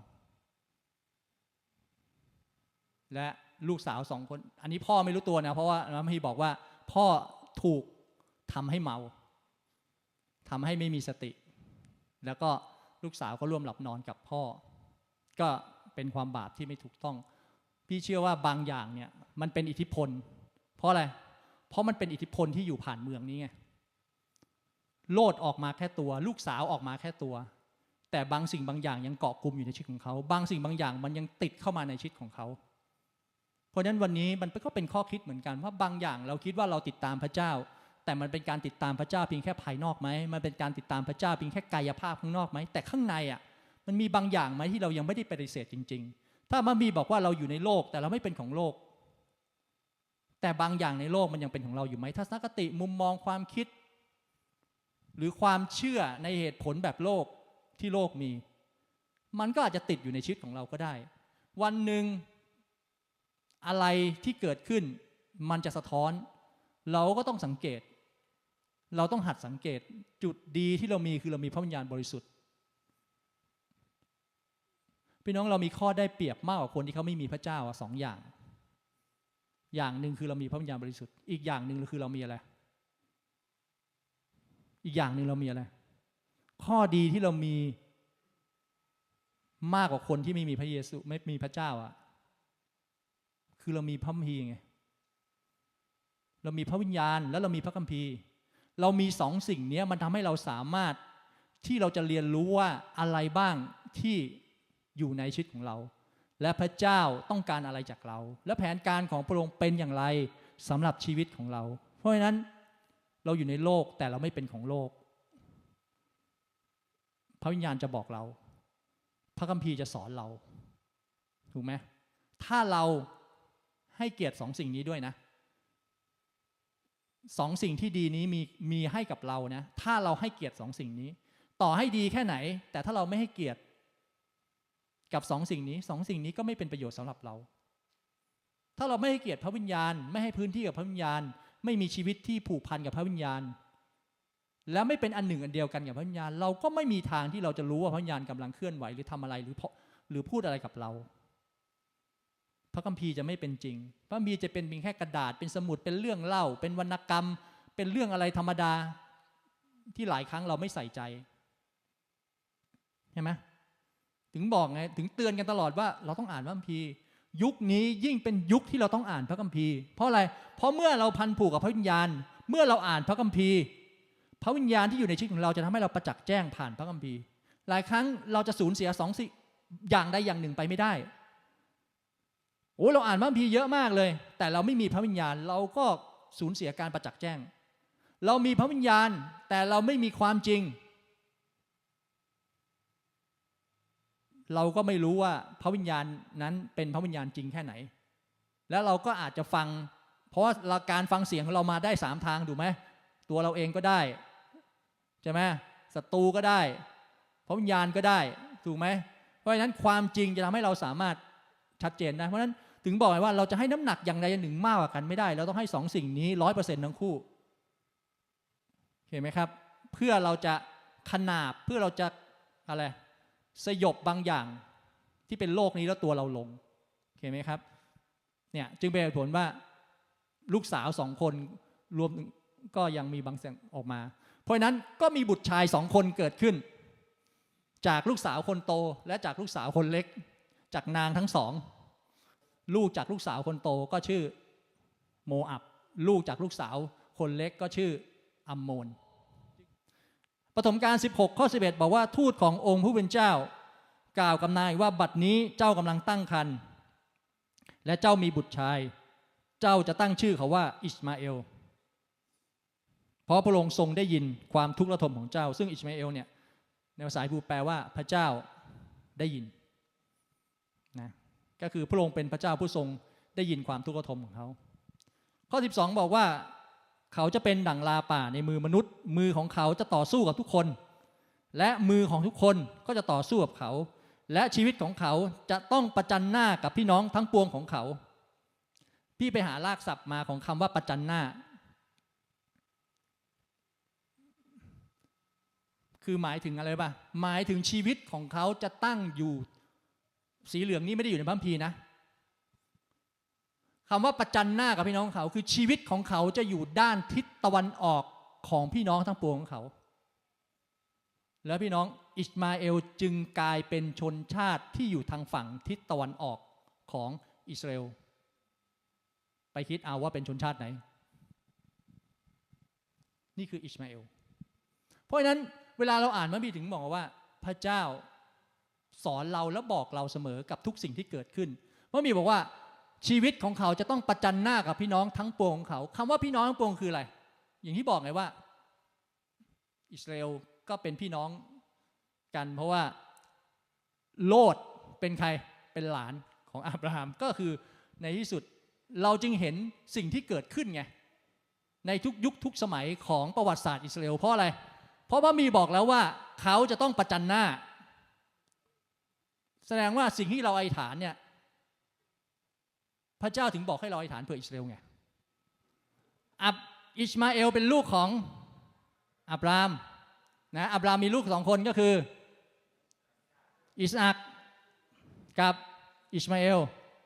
และลูกสาว2 คนอันนี้พ่อไม่รู้ตัวนะเพราะว่าพระคัมภีร์บอกว่าพ่อถูกทำให้เมาทำให้ไม่มีสติแล้วก็ลูกสาวก็ร่วมหลับนอนกับพ่อก็เป็นความบาปที่ไม่ถูกต้องพี่เชื่อว่าบางอย่างเนี่ยมันเป็นอิทธิพลเพราะอะไรเพราะมันเป็นอิทธิพลที่อยู่ผ่านเมืองนี้ไงโลดออกมาแค่ตัวลูกสาวออกมาแค่ตัวแต่บางสิ่งบางอย่างยังเกาะกลุ่มอยู่ในชีวิตของเขาบางสิ่งบางอย่างมันยังติดเข้ามาในชีวิตของเขาเพราะฉะนั้นวันนี้มันก็เป็นข้อคิดเหมือนกันว่าบางอย่างเราคิดว่าเราติดตามพระเจ้าแต่มันเป็นการติดตามพระเจ้าเพียงแค่ภายนอกไหมมันเป็นการติดตามพระเจ้าเพียงแค่กายภาพข้างนอกไหมแต่ข้างในอ่ะมันมีบางอย่างไหมที่เรายังไม่ได้ปฏิเสธจริงๆถ้ามันมีบอกว่าเราอยู่ในโลกแต่เราไม่เป็นของโลกแต่บางอย่างในโลกมันยังเป็นของเราอยู่ไหมทัศนคติมุมมองความคิดหรือความเชื่อในเหตุผลแบบโลกที่โลกมีมันก็อาจจะติดอยู่ในชีวิตของเราก็ได้วันหนึ่งอะไรที่เกิดขึ้นมันจะสะท้อนเราก็ต้องสังเกตเราต้องหัดสังเกตจุดดีที่เรามีคือเรามีพระวิญญาณบริสุทธิ์พี่น้องเรามีข้อได้เปรียบมากกว่าคนที่เขาไม่มีพระเจ้า2 อย่างหนึ่งคือเรามีพระวิญญาณบริสุทธิ์อีกอย่างหนึ่งคือเรามีอะไรอีกอย่างหนึ่งเรามีอะไรข้อดีที่เรามีมากกว่าคนที่ไม่มีพระเยซูไม่มีพระเจ้าคือเรามีพระคัมภีร์ไงเรามีพระวิญญาณแล้วเรามีพระคัมภีร์เรามี2 สิ่งนี้มันทำให้เราสามารถที่เราจะเรียนรู้ว่าอะไรบ้างที่อยู่ในชีวิตของเราและพระเจ้าต้องการอะไรจากเราและแผนการของพระองค์เป็นอย่างไรสำหรับชีวิตของเราเพราะฉะนั้นเราอยู่ในโลกแต่เราไม่เป็นของโลกพระวิญญาณจะบอกเราพระคัมภีร์จะสอนเราถูกไหมถ้าเราให้เกียรติ2 สิ่งนี้ด้วยนะ2 สิ่งที่ดีนี้มีให้กับเรานะถ้าเราให้เกียรติ2 สิ่งนี้ต่อให้ดีแค่ไหนแต่ถ้าเราไม่ให้เกียรติกับ2 สิ่งนี้2 สิ่งนี้ก็ไม่เป็นประโยชน์สำหรับเราถ้าเราไม่ให้เกียรติพระวิญญาณไม่ให้พื้นที่กับพระวิญญาณไม่มีชีวิตที่ผูกพันกับพระวิญญาณและไม่เป็นอันหนึ่งอันเดียวกันกับพระวิญญาณเราก็ไม่มีทางที่เราจะรู้ว่าพระวิญญาณกำลังเคลื่อนไหวหรือทำอะไรหรือพูดอะไรกับเราพระคัมภีร์จะไม่เป็นจริงพระคัมภีร์จะเป็นเพียงแค่กระดาษเป็นสมุดเป็นเรื่องเล่าเป็นวรรณกรรมเป็นเรื่องอะไรธรรมดาที่หลายครั้งเราไม่ใส่ใจใช่ไหมถึงบอกไงถึงเตือนกันตลอดว่าเราต้องอ่านพระคัมภีร์ยุคนี้ยิ่งเป็นยุคที่เราต้องอ่านพระคัมภีร์เพราะอะไรเพราะเมื่อเราพันผูกกับพระวิญญาณเมื่อเราอ่านพระคัมภีร์พระวิญญาณที่อยู่ในชีวิตของเราจะทำให้เราประจักษ์แจ้งผ่านพระคัมภีร์หลายครั้งเราจะสูญเสีย2 สิ่งอย่างใดอย่างหนึ่งไปไม่ได้โอ้เราอ่านพระคัมภีร์เยอะมากเลยแต่เราไม่มีพระวิญญาณเราก็สูญเสียการประจักษ์แจ้งเรามีพระวิญญาณแต่เราไม่มีความจริงเราก็ไม่รู้ว่าพระวิญญาณนั้นเป็นพระวิญญาณจริงแค่ไหนแล้วเราก็อาจจะฟังเพราะว่าการฟังเสียงของเรามาได้3 ทางถูกไหมตัวเราเองก็ได้ใช่ไหมศัตรูก็ได้พระวิญญาณก็ได้ถูกไหมเพราะฉะนั้นความจริงจะทำให้เราสามารถชัดเจนได้เพราะฉะนั้นถึงบอกว่าเราจะให้น้ำหนักอย่างใดอย่างหนึ่งมากกว่ากันไม่ได้เราต้องให้2 สิ่งนี้ 100% ทั้งคู่เห็นไหมครับเพื่อเราจะขนาบเพื่อเราจะอะไรสยบบางอย่างที่เป็นโลกนี้แล้วตัวเราลงเห็นไหมครับเนี่ยจึงเป็นเหตุผลว่าลูกสาว2 คนรวมก็ยังมีบางสิ่งออกมาเพราะฉะนั้นก็มีบุตรชาย2 คนเกิดขึ้นจากลูกสาวคนโตและจากลูกสาวคนเล็กจากนางทั้ง2ลูกจากลูกสาวคนโตก็ชื่อโมอับลูกจากลูกสาวคนเล็กก็ชื่ออัมโมนปฐมกาล16 ข้อ 11บอกว่าทูตขององค์ผู้เป็นเจ้ากล่าวกับนายว่าบัดนี้เจ้ากำลังตั้งครรภ์และเจ้ามีบุตรชายเจ้าจะตั้งชื่อเขาว่าอิชมาเอลเพราะพระองค์ทรงได้ยินความทุกข์ระทมของเจ้าซึ่งอิชมาเอลเนี่ยในภาษาฮีบรูแปลว่าพระเจ้าได้ยินนะก็คือพระองค์เป็นพระเจ้าผู้ทรงได้ยินความทุกข์ระทมของเขาข้อ 12บอกว่าเขาจะเป็นดั่งลาป่าในมือมนุษย์มือของเขาจะต่อสู้กับทุกคนและมือของทุกคนก็จะต่อสู้กับเขาและชีวิตของเขาจะต้องประจันหน้ากับพี่น้องทั้งปวงของเขาพี่ไปหารากศัพท์มาของคำว่าประจันหน้าคคือหมายถึงอะไรป่ะหมายถึงชีวิตของเขาจะตั้งอยู่สีเหลืองนี้ไม่ได้อยู่ในพระคัมภีร์นะคำว่าประจันหน้ากับพี่น้องเขาคือชีวิตของเขาจะอยู่ด้านทิศตะวันออกของพี่น้องทั้งปวงของเขาแล้วพี่น้องอิชมาเอลจึงกลายเป็นชนชาติที่อยู่ทางฝั่งทิศตะวันออกของอิสราเอลไปคิดเอาว่าเป็นชนชาติไหนนี่คืออิชมาเอลเพราะฉะนั้นเวลาเราอ่านมันมีถึงบอกว่าพระเจ้าสอนเราและบอกเราเสมอกับทุกสิ่งที่เกิดขึ้นว่ามีบอกว่าชีวิตของเขาจะต้องประจันหน้ากับพี่น้องทั้งปวงของเขาคำว่าพี่น้องทั้งปวงคืออะไรอย่างที่บอกไงว่าอิสราเอลก็เป็นพี่น้องกันเพราะว่าโลดเป็นใครเป็นหลานของอับราฮัมก็คือในที่สุดเราจึงเห็นสิ่งที่เกิดขึ้นไงในทุกยุคทุกสมัยของประวัติศาสตร์อิสราเอลเพราะอะไรเพราะว่ามีบอกแล้วว่าเขาจะต้องประจันหน้าแสดงว่าสิ่งที่เราอธิษฐานเนี่ยพระเจ้าถึงบอกให้เราอธิษฐานเพื่ออิสราเอลไงอิชมาเอลเป็นลูกของอับรามนะอับรามมีลูกสองคนก็คืออิสอัคกับอิชมาเอล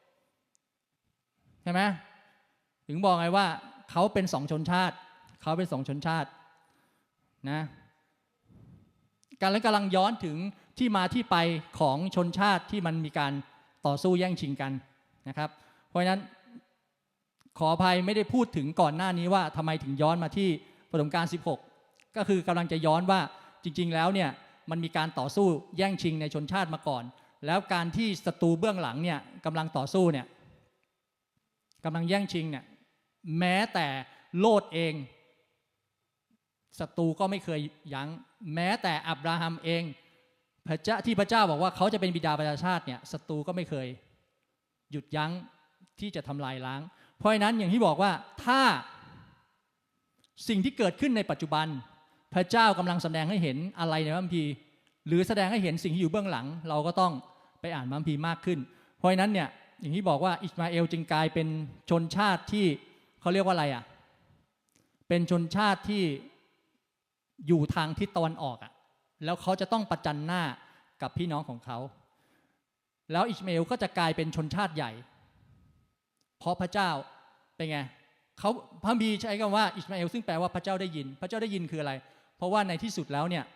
ใช่ไหมถึงบอกไงว่าเขาเป็นสองชนชาติเขาเป็นสองชนชาตินะการกำลังย้อนถึงที่มาที่ไปของชนชาติที่มันมีการต่อสู้แย่งชิงกันนะครับเพราะฉะนั้นขออภัยไม่ได้พูดถึงก่อนหน้านี้ว่าทำไมถึงย้อนมาที่ปฐมกาล16ก็คือกำลังจะย้อนว่าจริงๆแล้วเนี่ยมันมีการต่อสู้แย่งชิงในชนชาติมาก่อนแล้วการที่ศัตรูเบื้องหลังเนี่ยกำลังต่อสู้เนี่ยกำลังแย่งชิงเนี่ยแม้แต่โลดเองศัตรูก็ไม่เคยยั้งแม้แต่อับราฮัมเองพระเจ้าที่พระเจ้าบอกว่าเขาจะเป็นบิดาประชาชาติเนี่ยศัตรูก็ไม่เคยหยุดยั้งที่จะทำลายล้างเพราะฉะนั้นอย่างที่บอกว่าถ้าสิ่งที่เกิดขึ้นในปัจจุบันพระเจ้ากำลังแสดงให้เห็นอะไรในพระคัมภีร์หรือแสดงให้เห็นสิ่งที่อยู่เบื้องหลังเราก็ต้องไปอ่านพระคัมภีร์มากขึ้นเพราะฉะนั้นเนี่ยอย่างที่บอกว่าอิสมาเอลจึงกลายเป็นชนชาติที่เขาเรียกว่าอะไรอ่ะเป็นชนชาติที่อยู่ทางทิศตะวันออกอ่ะแล้วเขาจะต้องประจันหน้ากับพี่น้องของเขาแล้วอิสมาเอลก็จะกลายเป็นชนชาติใหญ่เพราะพระเจ้าเป็นไงเขาพระคัมภีร์ใช้คำว่าอิสมาเอลซึ่งแปลว่าพระเจ้าได้ยินพระเจ้าได้ยินคืออะไรเพราะว่าในที่สุดแล้วเนี่ย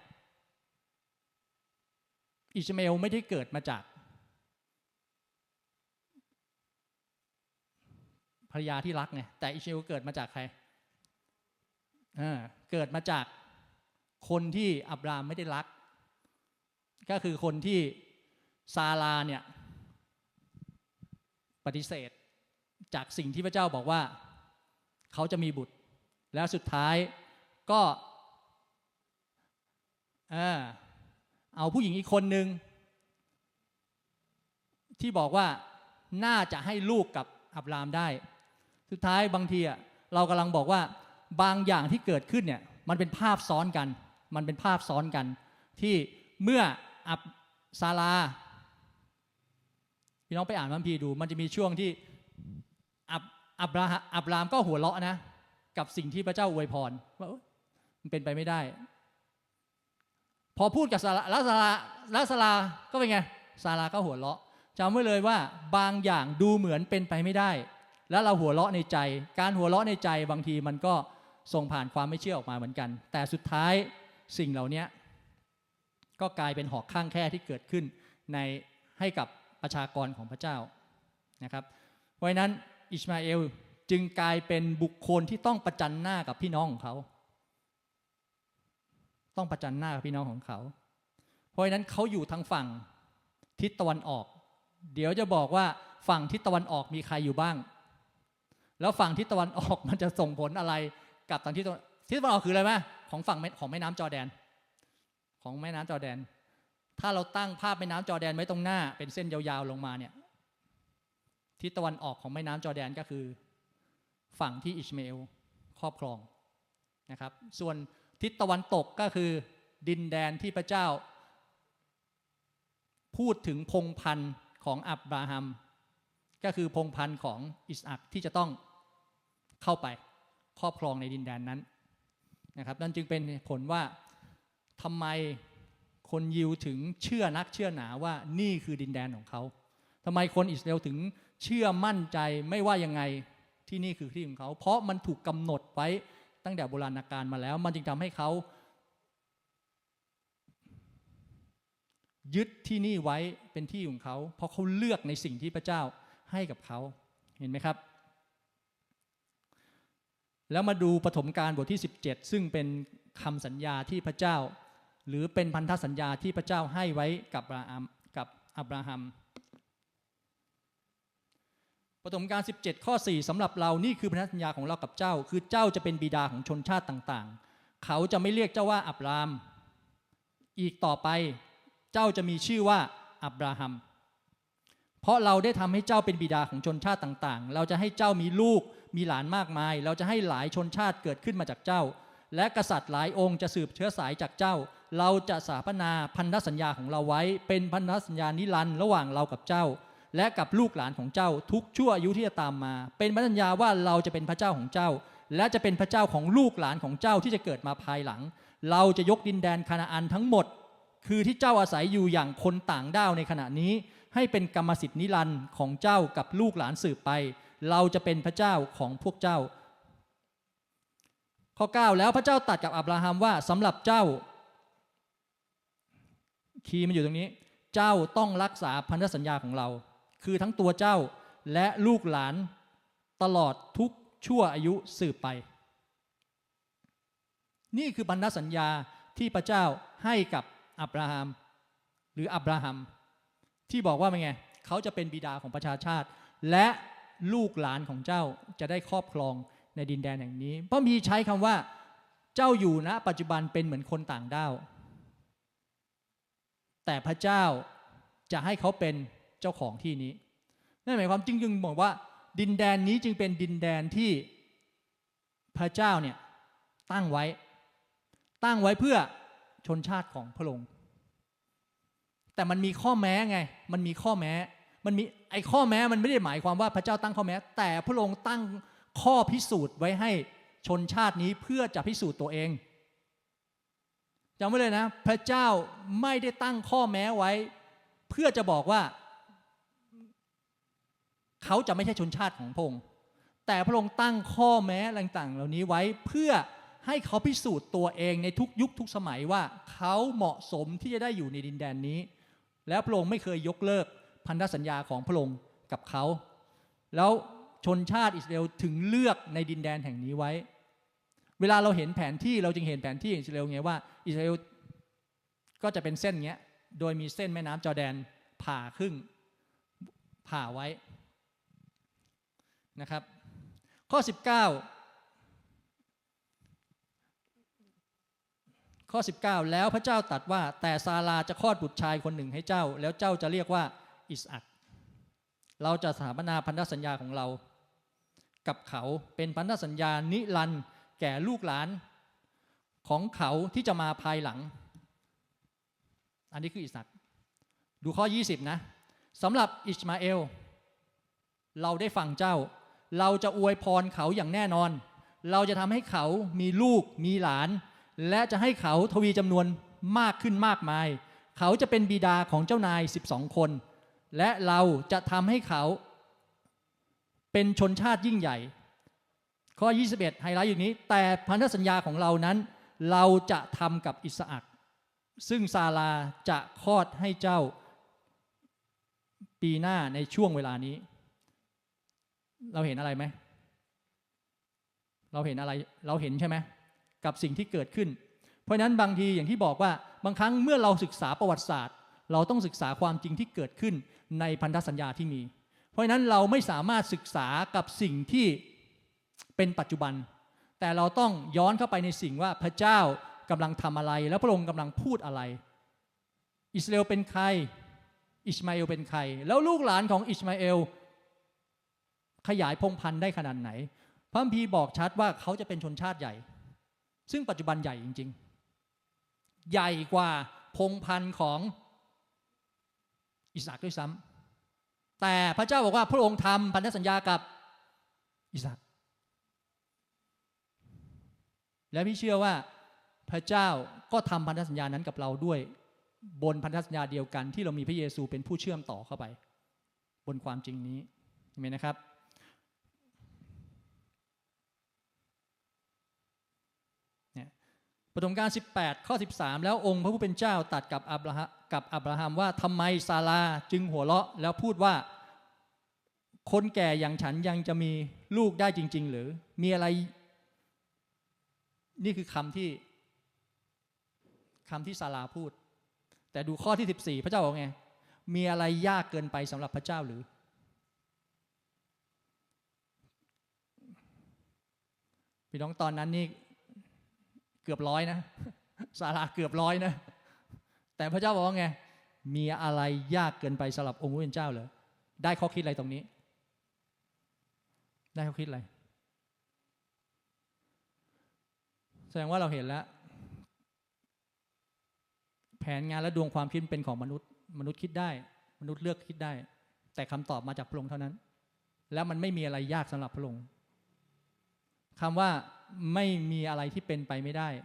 อิสมาเอลไม่ได้เกิดมาจากภรรยาที่รักไงแต่อิสมาเอลเกิดมาจากใครเกิดมาจากคนที่อับรามไม่ได้รักก็คือคนที่ซาราเนี่ยปฏิเสธจากสิ่งที่พระเจ้าบอกว่าเขาจะมีบุตรแล้วสุดท้ายก็เอาผู้หญิงอีกคนนึงที่บอกว่าน่าจะให้ลูกกับอับรามได้สุดท้ายบางทีเรากำลังบอกว่าบางอย่างที่เกิดขึ้นเนี่ยมันเป็นภาพซ้อนกันที่เมื่อซาราพี่น้องไปอ่านพระคัมภีร์ดูมันจะมีช่วงที่อับรามก็หัวเราะนะกับสิ่งที่พระเจ้าอวยพรว่ามันเป็นไปไม่ได้พอพูดกับซาราก็เป็นไงซาราก็หัวเราะจำไว้เลยว่าบางอย่างดูเหมือนเป็นไปไม่ได้แล้วเราหัวเราะในใจการหัวเราะในใจบางทีมันก็ส่งผ่านความไม่เชื่อออกมาเหมือนกันแต่สุดท้ายสิ่งเหล่านี้ก็กลายเป็นหอกข้างแคร่ที่เกิดขึ้นให้กับประชากรของพระเจ้านะครับเพราะฉะนั้นอิชมาเอลจึงกลายเป็นบุคคลที่ต้องประจันหน้ากับพี่น้องของเขาต้องประจันหน้ากับพี่น้องของเขาเพราะฉะนั้นเขาอยู่ทางฝั่งทิศตะวันออกเดี๋ยวจะบอกว่าฝั่งทิศตะวันออกมีใครอยู่บ้างแล้วฝั่งทิศตะวันออกมันจะส่งผลอะไรกับทางทิศตะวันออกคืออะไรไหมของฝั่งของแม่น้ำจอร์แดนถ้าเราตั้งภาพแม่น้ำจอร์แดนไว้ตรงหน้าเป็นเส้นยาวๆลงมาเนี่ยทิศตะวันออกของแม่น้ำจอร์แดนก็คือฝั่งที่อิชมาเอลครอบครองนะครับส่วนทิศตะวันตกก็คือดินแดนที่พระเจ้าพูดถึงพงศ์พันธุ์ของอับราฮัมก็คือพงศ์พันธุ์ของอิสอัคที่จะต้องเข้าไปครอบครองในดินแดนนั้นนะครับนั่นจึงเป็นผลว่าทำไมคนยิวถึงเชื่อนักเชื่อหนาว่านี่คือดินแดนของเขาทำไมคนอิสราเอลถึงเชื่อมั่นใจไม่ว่ายังไงที่นี่คือที่ของเขาเพราะมันถูกกำหนดไว้ตั้งแต่โบราณกาลมาแล้วมันจึงทำให้เขายึดที่นี่ไว้เป็นที่ของเขาเพราะเขาเลือกในสิ่งที่พระเจ้าให้กับเขาเห็นไหมครับแล้วมาดูปฐมกาลบทที่17ซึ่งเป็นคำสัญญาที่พระเจ้าหรือเป็นพันธสัญญาที่พระเจ้าให้ไว้กับอับราฮัมปฐมกาล17ข้อ4สำหรับเรานี่คือพันธสัญญาของเรากับเจ้าคือเจ้าจะเป็นบิดาของชนชาติต่างๆเขาจะไม่เรียกเจ้าว่าอับรามอีกต่อไปเจ้าจะมีชื่อว่าอับราฮัมเพราะเราได้ทำให้เจ้าเป็นบิดาของชนชาติต่างๆเราจะให้เจ้ามีลูกมีหลานมากมายเราจะให้หลายชนชาติเกิดขึ้นมาจากเจ้าและกษัตริย์หลายองค์จะสืบเชื้อสายจากเจ้าเราจะสถาปนาพันธสัญญาของเราไว้เป็นพันธสัญญานิรันดร์ระหว่างเรากับเจ้าและกับลูกหลานของเจ้าทุกชั่วอายุที่จะตามมาเป็นพันธสัญญาว่าเราจะเป็นพระเจ้าของเจ้าและจะเป็นพระเจ้าของลูกหลานของเจ้าที่จะเกิดมาภายหลังเราจะยกดินแดนคานาอันทั้งหมดคือที่เจ้าอาศัยอยู่อย่างคนต่างด้าวในขณะนี้ให้เป็นกรรมสิทธิ์นิรันดร์ของเจ้ากับลูกหลานสืบไปเราจะเป็นพระเจ้าของพวกเจ้าข้อ9แล้วพระเจ้าตรัสกับอับราฮัมว่าสำหรับเจ้าคีย์มันอยู่ตรงนี้เจ้าต้องรักษาพันธสัญญาของเราคือทั้งตัวเจ้าและลูกหลานตลอดทุกชั่วอายุสืบไปนี่คือพันธสัญญาที่พระเจ้าให้กับอับราฮัมหรืออับราฮัมที่บอกว่าเป็นไงเขาจะเป็นบิดาของประชาชาติและลูกหลานของเจ้าจะได้ครอบครองในดินแดนแห่งนี้เพราะมีใช้คำว่าเจ้าอยู่ณปัจจุบันเป็นเหมือนคนต่างด้าวแต่พระเจ้าจะให้เขาเป็นเจ้าของที่นี้นั่นหมายความจึงบอกว่าดินแดนนี้จึงเป็นดินแดนที่พระเจ้าเนี่ยตั้งไว้เพื่อชนชาติของพระองค์แต่มันมีข้อแม้ไงมันมีข้อแม้มันมีไอ้ข้อแม้มันไม่ได้หมายความว่าพระเจ้าตั้งข้อแม้แต่พระองค์ตั้งข้อพิสูจน์ไว้ให้ชนชาตินี้เพื่อจะพิสูจน์ตัวเองจำไว้เลยนะพระเจ้าไม่ได้ตั้งข้อแม้ไว้เพื่อจะบอกว่าเขาจะไม่ใช่ชนชาติของพระองค์แต่พระองค์ตั้งข้อแม้ต่างๆเหล่านี้ไว้เพื่อให้เขาพิสูจน์ตัวเองในทุกยุคทุกสมัยว่าเขาเหมาะสมที่จะได้อยู่ในดินแดนนี้แล้วพระองค์ไม่เคยยกเลิกพันธสัญญาของพระองค์กับเขาแล้วชนชาติอิสราเอลถึงเลือกในดินแดนแห่งนี้ไว้เวลาเราเห็นแผนที่เราจึงเห็นแผนที่อิสราเอลไงว่าอิสราเอลก็จะเป็นเส้นเงี้ยโดยมีเส้นแม่น้ำจอร์แดนผ่าครึ่งผ่าไว้นะครับข้อ19แล้วพระเจ้าตรัสว่าแต่ซาราจะคลอดบุตรชายคนหนึ่งให้เจ้าแล้วเจ้าจะเรียกว่าอิสอัคเราจะสถาปนาพันธสัญญาของเรากับเขาเป็นพันธสัญญานิรันดร์แก่ลูกหลานของเขาที่จะมาภายหลังอันนี้คืออิสอัคดูข้อ20นะสำหรับอิชมาเอลเราได้ฟังเจ้าเราจะอวยพรเขาอย่างแน่นอนเราจะทำให้เขามีลูกมีหลานและจะให้เขาทวีจำนวนมากขึ้นมากมายเขาจะเป็นบิดาของเจ้านาย12คนและเราจะทำให้เขาเป็นชนชาติยิ่งใหญ่ข้อ21ไฮไลท์อยู่นี้แต่พันธสัญญาของเรานั้นเราจะทำกับอิสอัคซึ่งซาราจะคลอดให้เจ้าปีหน้าในช่วงเวลานี้เราเห็นอะไรไหมเราเห็นอะไรเราเห็นใช่ไหมกับสิ่งที่เกิดขึ้นเพราะนั้นบางทีอย่างที่บอกว่าบางครั้งเมื่อเราศึกษาประวัติศาสตร์เราต้องศึกษาความจริงที่เกิดขึ้นในพันธสัญญาที่มีเพราะฉะนั้นเราไม่สามารถศึกษากับสิ่งที่เป็นปัจจุบันแต่เราต้องย้อนเข้าไปในสิ่งว่าพระเจ้ากำลังทำอะไรแล้วพระองค์กำลังพูดอะไรอิสราเอลเป็นใครอิชมาเอลเป็นใครแล้วลูกหลานของอิชมาเอลขยายพงศ์พันธุ์ได้ขนาดไหนพระคัมภีร์บอกชัดว่าเขาจะเป็นชนชาติใหญ่ซึ่งปัจจุบันใหญ่จริงๆใหญ่กว่าพงศ์พันธุ์ของอิสอัคด้วยซ้ำแต่พระเจ้าบอกว่าพระองค์ทำพันธสัญญากับอิสอัคและพี่เชื่อว่าพระเจ้าก็ทำพันธสัญญานั้นกับเราด้วยบนพันธสัญญาเดียวกันที่เรามีพระเยซูเป็นผู้เชื่อมต่อเข้าไปบนความจริงนี้เห็นไหมนะครับเนี่ยปฐมกาล18 ข้อ 13แล้วองค์พระผู้เป็นเจ้าตรัสกับอับราฮัมว่าทำไมซาราจึงหัวเราะแล้วพูดว่าคนแก่อย่างฉันยังจะมีลูกได้จริงๆหรือมีอะไรนี่คือคำที่ซาราพูดแต่ดูข้อที่14พระเจ้าบอกไงมีอะไรยากเกินไปสำหรับพระเจ้าหรือพี่น้องตอนนั้นนี่เกือบ100นะซาราเกือบ100นะแต่พระเจ้าบอกว่าไงมีอะไรยากเกินไปสำหรับองค์พระผู้เป็นเจ้าเหรอได้ข้อคิดอะไรตรงนี้ได้ข้อคิดอะไรแสดงว่าเราเห็นแล้วแผนงานและดวงความคิดเป็นของมนุษย์คิดได้มนุษย์เลือกคิดได้แต่คำตอบมาจากพระองค์เท่านั้นแล้วมันไม่มีอะไรยากสำหรับพระองค์คำว่าไม่มีอะไรที่เป็นไปไม่ได้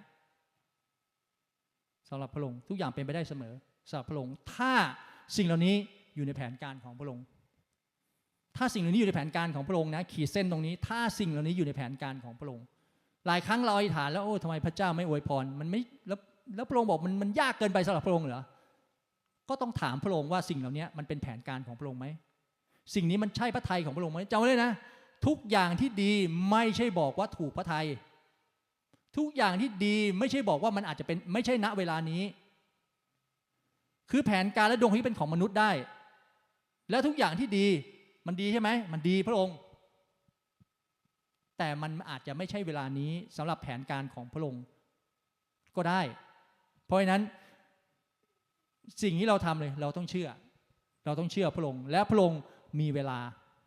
สำหรับพระองค์ทุกอย่างเป็นไปได้เสมอสำหรับพระองค์ถ้าสิ่งเหล่านี้อยู่ในแผนการของพระองค์ถ้าสิ่งเหล่านี้อยู่ในแผนการของพระองค์นะขีดเส้นตรงนี้ถ้าสิ่งเหล่านี้อยู่ในแผนการของพระองค์หลายครั้งเราอธิษฐานแล้วโอ้ทำไมพระเจ้าไม่อวยพรมันไม่แล้วพระองค์บอกมันยากเกินไปสำหรับพระองค์เหรอก็ต้องถามพระองค์ว่าสิ่งเหล่านี้มันเป็นแผนการของพระองค์ไหมสิ่งนี้มันใช่พระทัยของพระองค์ไหมจำไว้เลยนะทุกอย่างที่ดีไม่ใช่บอกว่าถูกพระทัยทุกอย่างที่ดีไม่ใช่บอกว่ามันอาจจะเป็นไม่ใช่ณเวลานี้คือแผนการและดวงที่เป็นของมนุษย์ได้และทุกอย่างที่ดีมันดีใช่ไหมมันดีพระองค์แต่มันอาจจะไม่ใช่เวลานี้สำหรับแผนการของพระองค์ก็ได้เพราะฉะนั้นสิ่งที่เราทำเลยเราต้องเชื่อพระองค์และพระองค์มีเวลา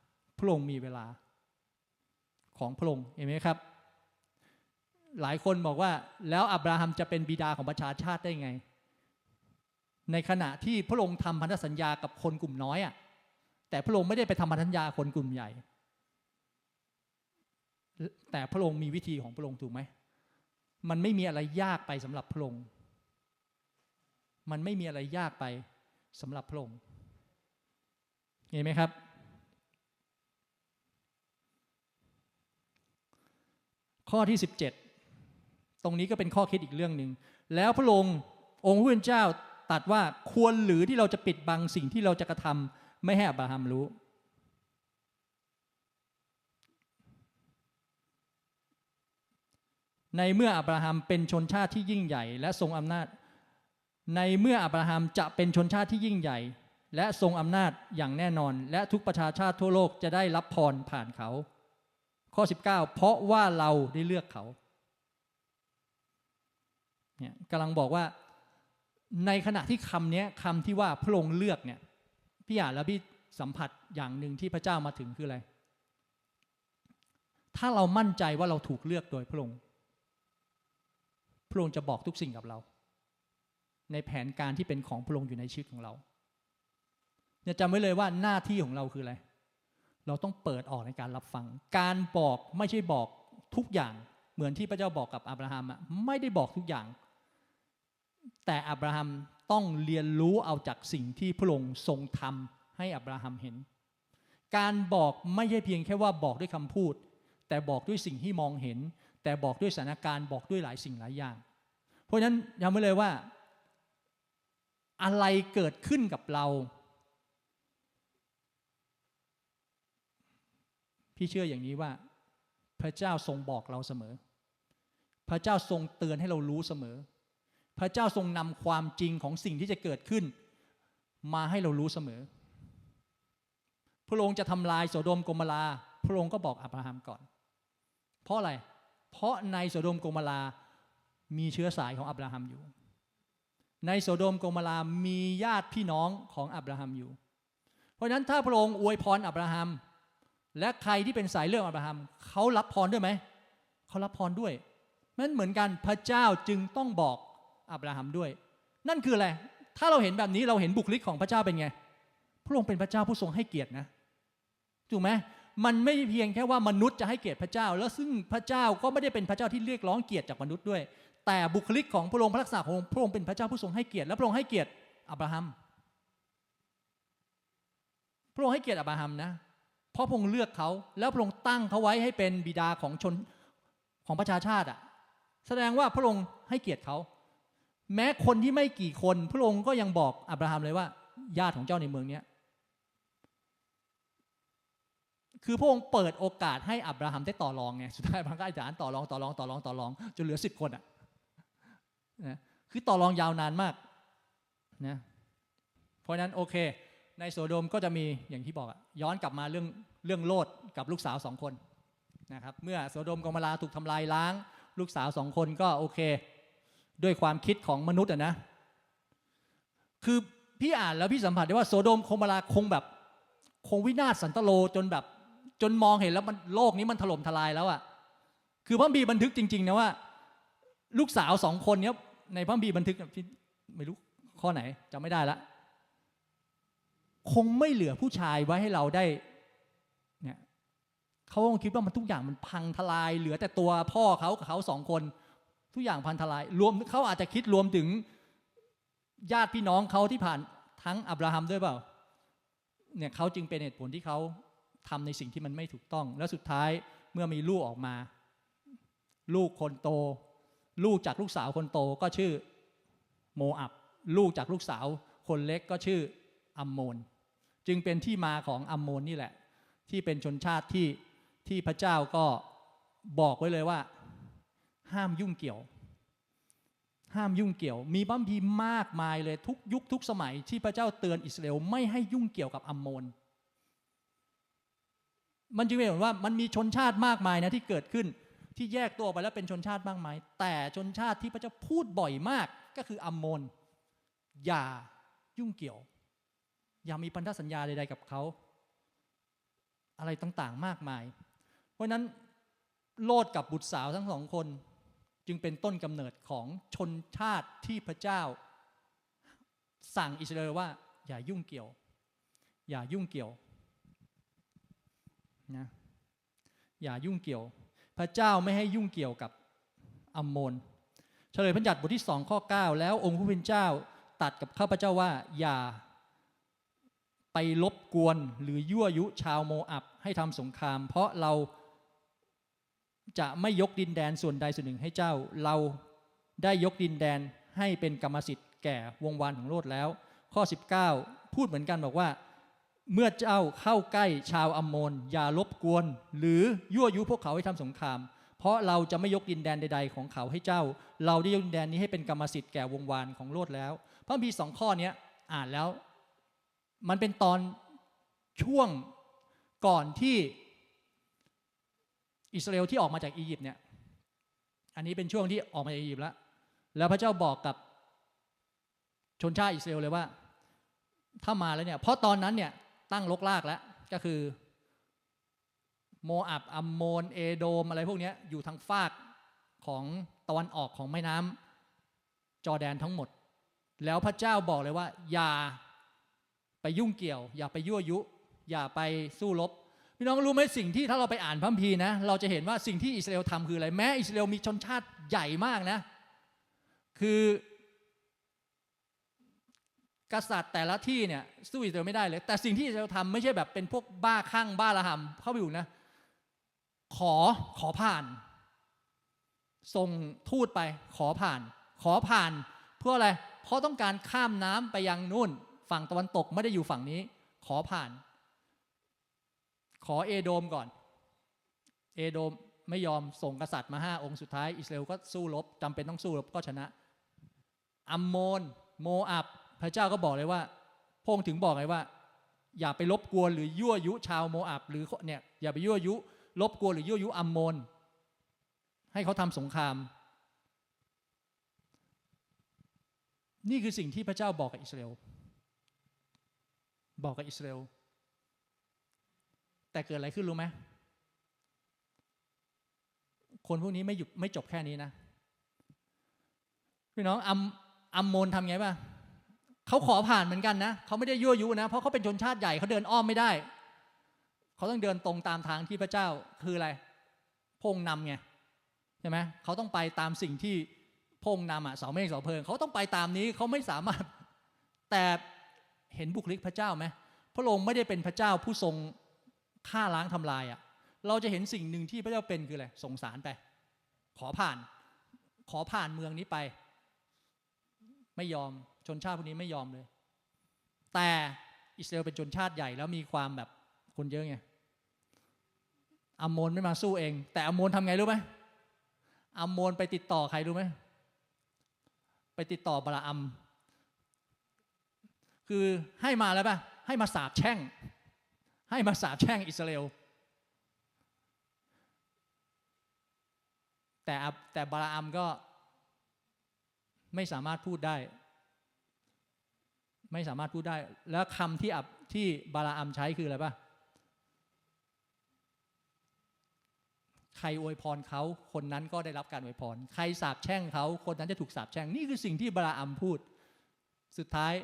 ของพระองค์เห็นไหมครับหลายคนบอกว่าแล้วอับราฮัมจะเป็นบิดาของประชาชาติได้ไงในขณะที่พระองค์ทำพันธสัญญากับคนกลุ่มน้อยอ่ะแต่พระองค์ไม่ได้ไปทำพันธสัญญาคนกลุ่มใหญ่แต่พระองค์มีวิธีของพระองค์ถูกไหมมันไม่มีอะไรยากไปสำหรับพระองค์มันไม่มีอะไรยากไปสำหรับพระองค์เห็นไหมครับข้อที่17ตรงนี้ก็เป็นข้อคิดอีกเรื่องหนึ่งแล้วพระองค์พระผู้เป็นเจ้าตรัสว่าควรหรือที่เราจะปิดบังสิ่งที่เราจะกระทำไม่ให้อับราฮัมรู้ในเมื่ออับราฮัมเป็นชนชาติที่ยิ่งใหญ่และทรงอำนาจในเมื่ออับราฮัมจะเป็นชนชาติที่ยิ่งใหญ่และทรงอำนาจอย่างแน่นอนและทุกประชาชาติทั่วโลกจะได้รับพรผ่านเขาข้อ19เพราะว่าเราได้เลือกเขาเนี่ยกำลังบอกว่าในขณะที่คำที่ว่าพระองค์เลือกเนี่ยพี่อ่านแล้วพี่สัมผัสอย่างหนึ่งที่พระเจ้ามาถึงคืออะไรถ้าเรามั่นใจว่าเราถูกเลือกโดยพระองค์จะบอกทุกสิ่งกับเราในแผนการที่เป็นของพระองค์อยู่ในชีวิตของเราเนี่ยจำไว้เลยว่าหน้าที่ของเราคืออะไรเราต้องเปิดออกในการรับฟังการบอกไม่ใช่บอกทุกอย่างเหมือนที่พระเจ้าบอกกับอับราฮัมไม่ได้บอกทุกอย่างแต่อับราฮัมต้องเรียนรู้เอาจากสิ่งที่พระองค์ทรงทำให้อับราฮัมเห็นการบอกไม่ใช่เพียงแค่ว่าบอกด้วยคำพูดแต่บอกด้วยสิ่งที่มองเห็นแต่บอกด้วยสถานการณ์บอกด้วยหลายสิ่งหลายอย่างเพราะฉะนั้นย้ำไว้เลยว่าอะไรเกิดขึ้นกับเราพี่เชื่ออย่างนี้ว่าพระเจ้าทรงบอกเราเสมอพระเจ้าทรงเตือนให้เรารู้เสมอพระเจ้าทรงนำความจริงของสิ่งที่จะเกิดขึ้นมาให้เรารู้เสมอพระองค์จะทำลายโสโดมโกโมราพระองค์ก็บอกอับราฮัมก่อนเพราะอะไรเพราะในโสโดมโกโมรามีเชื้อสายของอับราฮัมอยู่ในโสโดมโกโมรามีญาติพี่น้องของอับราฮัมอยู่เพราะฉะนั้นถ้าพระองค์อวยพรอับราฮัมและใครที่เป็นสายเลือดอับราฮัมเขารับพรด้วยไหมเขารับพรด้วยนั่นเหมือนกันพระเจ้าจึงต้องบอกอับราฮัมด้วยนั่นคืออะไรถ้าเราเห็นแบบนี้เราเห็นบุคลิกของพระเจ้าเป็นไงพระองค์เป็นพระเจ้าผู้ทรงให้เกียรตินะถูกไหมมันไม่เพียงแค่ว่ามนุษย์จะให้เกียรติพระเจ้าแล้วซึ่งพระเจ้าก็ไม่ได้เป็นพระเจ้าที่เรียกร้องเกียรติจากมนุษย์ด้วยแต่บุคลิกของพระองค์พระลักษณะของพระองค์เป็นพระเจ้าผู้ทรงให้เกียรติและพระองค์ให้เกียรติอับราฮัมพระองค์ให้เกียรติอับราฮัมนะเพราะพระองค์เลือกเขาแล้วพระองค์ตั้งเขาไว้ให้เป็นบิดาของชนของประชาชาติแสดงว่าพระองค์ให้เกียรติเขาแม้คนที่ไม่กี่คนพระองค์ก็ยังบอกอับราฮัมเลยว่าญาติของเจ้าในเมืองนี้คือพระองค์เปิดโอกาสให้อับราฮัมได้ต่อรองไงสุดท้ายพระองค์ก็อธิษฐานต่อรองจนเหลือ10 คนนะคือต่อรองยาวนานมากนะเพราะนั้นโอเคในโสโดมก็จะมีอย่างที่บอกย้อนกลับมาเรื่องโลดกับลูกสาว2 คนนะครับเมื่อโสโดมกอโมราถูกทำลายล้างลูกสาว2 คนก็โอเคด้วยความคิดของมนุษย์นะคือพี่อ่านแล้วพี่สัมผัสได้ว่าโสโดมกอโมราคงวินาศสันตโลจนมองเห็นแล้วมันโลกนี้มันถล่มทลายแล้วคือพระคัมภีร์บันทึกจริงๆนะว่าลูกสาว2 คนนี้ในพระคัมภีร์บันทึกไม่รู้ข้อไหนจำไม่ได้ละคงไม่เหลือผู้ชายไว้ให้เราได้เนี่ยเขาคงคิดว่ามันทุกอย่างมันพังทลายเหลือแต่ตัวพ่อเขากับเขา2 คนทุกอย่างพังทลายรวมเขาอาจจะคิดรวมถึงญาติพี่น้องเขาที่ผ่านทั้งอับราฮัมด้วยเปล่าเนี่ยเขาจึงเป็นเหตุผลที่เขาทำในสิ่งที่มันไม่ถูกต้องแล้วสุดท้ายเมื่อมีลูกออกมาลูกคนโตลูกจากลูกสาวคนโตก็ชื่อโมอับลูกจากลูกสาวคนเล็กก็ชื่ออัมโมนจึงเป็นที่มาของอัมโมนนี่แหละที่เป็นชนชาติที่พระเจ้าก็บอกไว้เลยว่าห้ามยุ่งเกี่ยวมีพระคัมภีร์มากมายเลยทุกยุคทุกสมัยที่พระเจ้าเตือนอิสราเอลไม่ให้ยุ่งเกี่ยวกับอัมโมนมันจึงเป็นว่ามันมีชนชาติมากมายนะที่เกิดขึ้นที่แยกตัวไปแล้วเป็นชนชาติมากมายแต่ชนชาติที่พระเจ้าพูดบ่อยมากก็คืออัมโมนอย่ายุ่งเกี่ยวอย่ามีพันธสัญญาใดๆกับเขาอะไรต่างๆมากมายเพราะนั้นโลดกับบุตรสาวทั้ง2 คนจึงเป็นต้นกำเนิดของชนชาติที่พระเจ้าสั่งอิสราเอลว่าอย่ายุ่งเกี่ยวนะอย่ายุ่งเกี่ยวพระเจ้าไม่ให้ยุ่งเกี่ยวกับอัมโมนเฉลยพระบัญญัติบทที่2 ข้อ 9แล้วองค์ผู้เป็นเจ้าตัดกับข้าพเจ้าว่าอย่าไปรบกวนหรือยั่วยุชาวโมอับให้ทำสงครามเพราะเราจะไม่ยกดินแดนส่วนใดส่วนหนึ่งให้เจ้าเราได้ยกดินแดนให้เป็นกรรมสิทธิ์แก่วงวานของโลดแล้วข้อ19พูดเหมือนกันบอกว่าเมื่อเจ้าเข้าใกล้ชาวอัมโมนอย่ารบกวนหรือยั่วยุพวกเขาให้ทำสงครามเพราะเราจะไม่ยกดินแดนใดๆของเขาให้เจ้าเราได้ยกดินแดนนี้ให้เป็นกรรมสิทธิ์แก่วงวานของโลดแล้วพระคัมภีร์2 ข้อนี้อ่านแล้วมันเป็นตอนช่วงก่อนที่อิสราเอลที่ออกมาจากอียิปต์เนี่ยอันนี้เป็นช่วงที่ออกมาจากอียิปต์แล้วพระเจ้าบอกกับชนชาติอิสราเอลเลยว่าถ้ามาแล้วเนี่ยเพราะตอนนั้นเนี่ยตั้งรกรากแล้วก็คือโมอับอัมโมนเอโดมอะไรพวกนี้อยู่ทางฝากของตะวันออกของแม่น้ำจอร์แดนทั้งหมดแล้วพระเจ้าบอกเลยว่าอย่าไปยุ่งเกี่ยวอย่าไปยั่วยุอย่าไปสู้รบพี่น้องรู้ไหมสิ่งที่ถ้าเราไปอ่านพระคัมภีร์นะเราจะเห็นว่าสิ่งที่อิสราเอลทำคืออะไรแม้อิสราเอลมีชนชาติใหญ่มากนะคือกษัตริย์แต่ละที่เนี่ยสู้อิสราเอลไม่ได้เลยแต่สิ่งที่อิสราเอลทำไม่ใช่แบบเป็นพวกบ้าคลั่งบ้าระห่ำเข้าไปอยู่นะขอผ่านส่งทูตไปขอผ่านเพื่ออะไรเพราะต้องการข้ามน้ำไปยังนู่นฝั่งตะวันตกไม่ได้อยู่ฝั่งนี้ขอผ่านขอเอโดมก่อนเอโดมไม่ยอมส่งกษัตริย์มา5 องค์สุดท้ายอิสราเอลก็สู้รบจำเป็นต้องสู้รบก็ชนะอัมโมนโมอับพระเจ้าก็บอกเลยว่าพระองค์ถึงบอกไงว่าอย่าไปรบกวนหรือยั่วยุชาวโมอับหรือเนี่ยอย่าไปยั่วยุรบกวนหรือยั่วยุอัมโมนให้เขาทำสงครามนี่คือสิ่งที่พระเจ้าบอกกับอิสราเอลแต่เกิดอะไรขึ้นรู้ไหมคนพวกนี้ไม่จบแค่นี้นะพี่น้องอัมโมนทำไงบ้างเขาขอผ่านเหมือนกันนะเขาไม่ได้ยั่วยุนะเพราะเขาเป็นชนชาติใหญ่เขาเดินอ้อมไม่ได้เขาต้องเดินตรงตามทางที่พระเจ้าคืออะไรพระองค์นำไงใช่ไหมเขาต้องไปตามสิ่งที่พพงนำเสาเมฆเสาเพลิงเขาต้องไปตามนี้เขาไม่สามารถแต่เห็นบุคลิกพระเจ้าไหมพระองค์ไม่ได้เป็นพระเจ้าผู้ทรงฆ่าล้างทำลายเราจะเห็นสิ่งหนึ่งที่พระเจ้าเป็นคืออะไรสงสารไปขอผ่านเมืองนี้ไปไม่ยอมชนชาติพวกนี้ไม่ยอมเลยแต่อิสราเอลเป็นชนชาติใหญ่แล้วมีความแบบคนเยอะไงอัมโมนไม่มาสู้เองแต่อัมโมนทำไงรู้ไหมอัมโมนไปติดต่อใครรู้ไหมไปติดต่อบาลาอัมคือให้มาแล้วป่ะให้มาสาปแช่งอิสราเอลแต่บาลาอัมก็ไม่สามารถพูดได้แล้วคำที่บาลาอัมใช้คืออะไรป่ะใครอวยพรเขาคนนั้นก็ได้รับการอวยพรใครสาปแช่งเขาคนนั้นจะถูกสาปแช่งนี่คือสิ่งที่บาลาอัมพูดสุดท้าย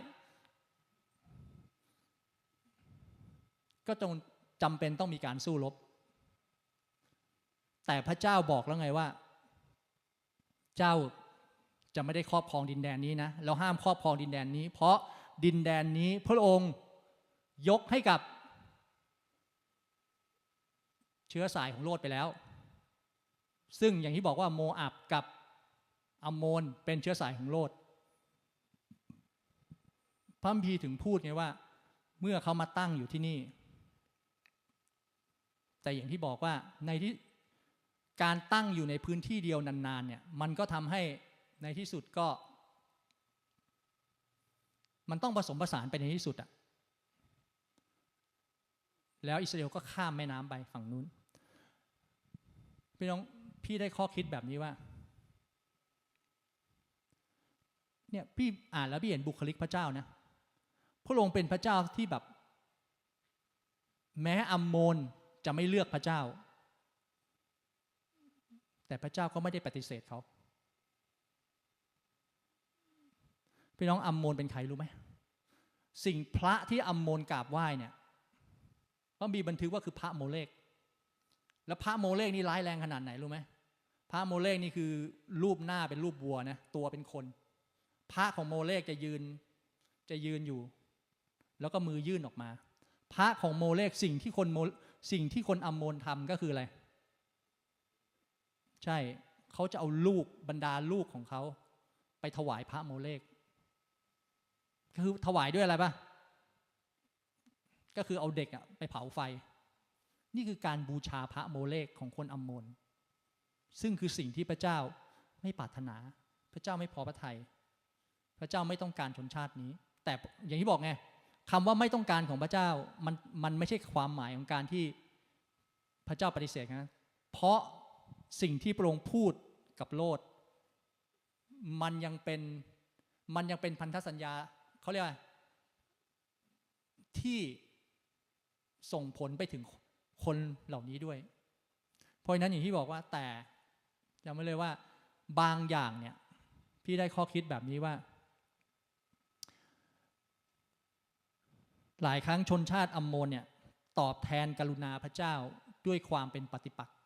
ก็จำเป็นต้องมีการสู้รบแต่พระเจ้าบอกแล้วไงว่าเจ้าจะไม่ได้ครอบครองดินแดนนี้นะเราห้ามครอบครองดินแดนนี้เพราะดินแดนนี้พระองค์ยกให้กับเชื้อสายของโลดไปแล้วซึ่งอย่างที่บอกว่าโมอับกับอัมโมนเป็นเชื้อสายของโลดพระคัมภีร์ถึงพูดไงว่าเมื่อเขามาตั้งอยู่ที่นี่แต่อย่างที่บอกว่าในที่การตั้งอยู่ในพื้นที่เดียวนานๆเนี่ยมันก็ทำให้ในที่สุดก็มันต้องผสมผสานไปในที่สุดแล้วอิสราเอลก็ข้ามแม่น้ำไปฝั่งนู้นพี่ได้ข้อคิดแบบนี้ว่าเนี่ยพี่อ่านแล้วพี่เห็นบุคลิกพระเจ้านะพระองค์เป็นพระเจ้าที่แบบแม้อัมโมนจะไม่เลือกพระเจ้าแต่พระเจ้าก็ไม่ได้ปฏิเสธเขาพี่น้องอัมโมนเป็นใครรู้ไหมสิ่งพระที่อัมโมนกราบไหว้เนี่ยก็มีบันทึกว่าคือพระโมเลกแล้วพระโมเลกนี่ร้ายแรงขนาดไหนรู้ไหมพระโมเลกนี่คือรูปหน้าเป็นรูปวัวนะตัวเป็นคนพระของโมเลกจะยืนอยู่แล้วก็มือยื่นออกมาพระของโมเลกสิ่งที่คนอัมโมนทำก็คืออะไรใช่เขาจะเอาบรรดาลูกของเขาไปถวายพระโมเลกคือถวายด้วยอะไรป่ะก็คือเอาเด็กไปเผาไฟนี่คือการบูชาพระโมเลกของคนอัมโมนซึ่งคือสิ่งที่พระเจ้าไม่ปรารถนาพระเจ้าไม่พอพระทัยพระเจ้าไม่ต้องการชนชาตินี้แต่อย่างที่บอกไงคำว่าไม่ต้องการของพระเจ้ามันไม่ใช่ความหมายของการที่พระเจ้าปฏิเสธนะเพราะสิ่งที่พระองค์พูดกับโลดมันยังเป็นพันธสัญญาเขาเรียกว่าที่ส่งผลไปถึงคนเหล่านี้ด้วยเพราะฉะนั้นอย่างที่บอกว่าแต่จำไว้เลยว่าบางอย่างเนี่ยพี่ได้ข้อคิดแบบนี้ว่าหลายครั้งชนชาติอัมโมนเนี่ยตอบแทนกรุณาพระเจ้าด้วยความเป็นปฏิปักษ์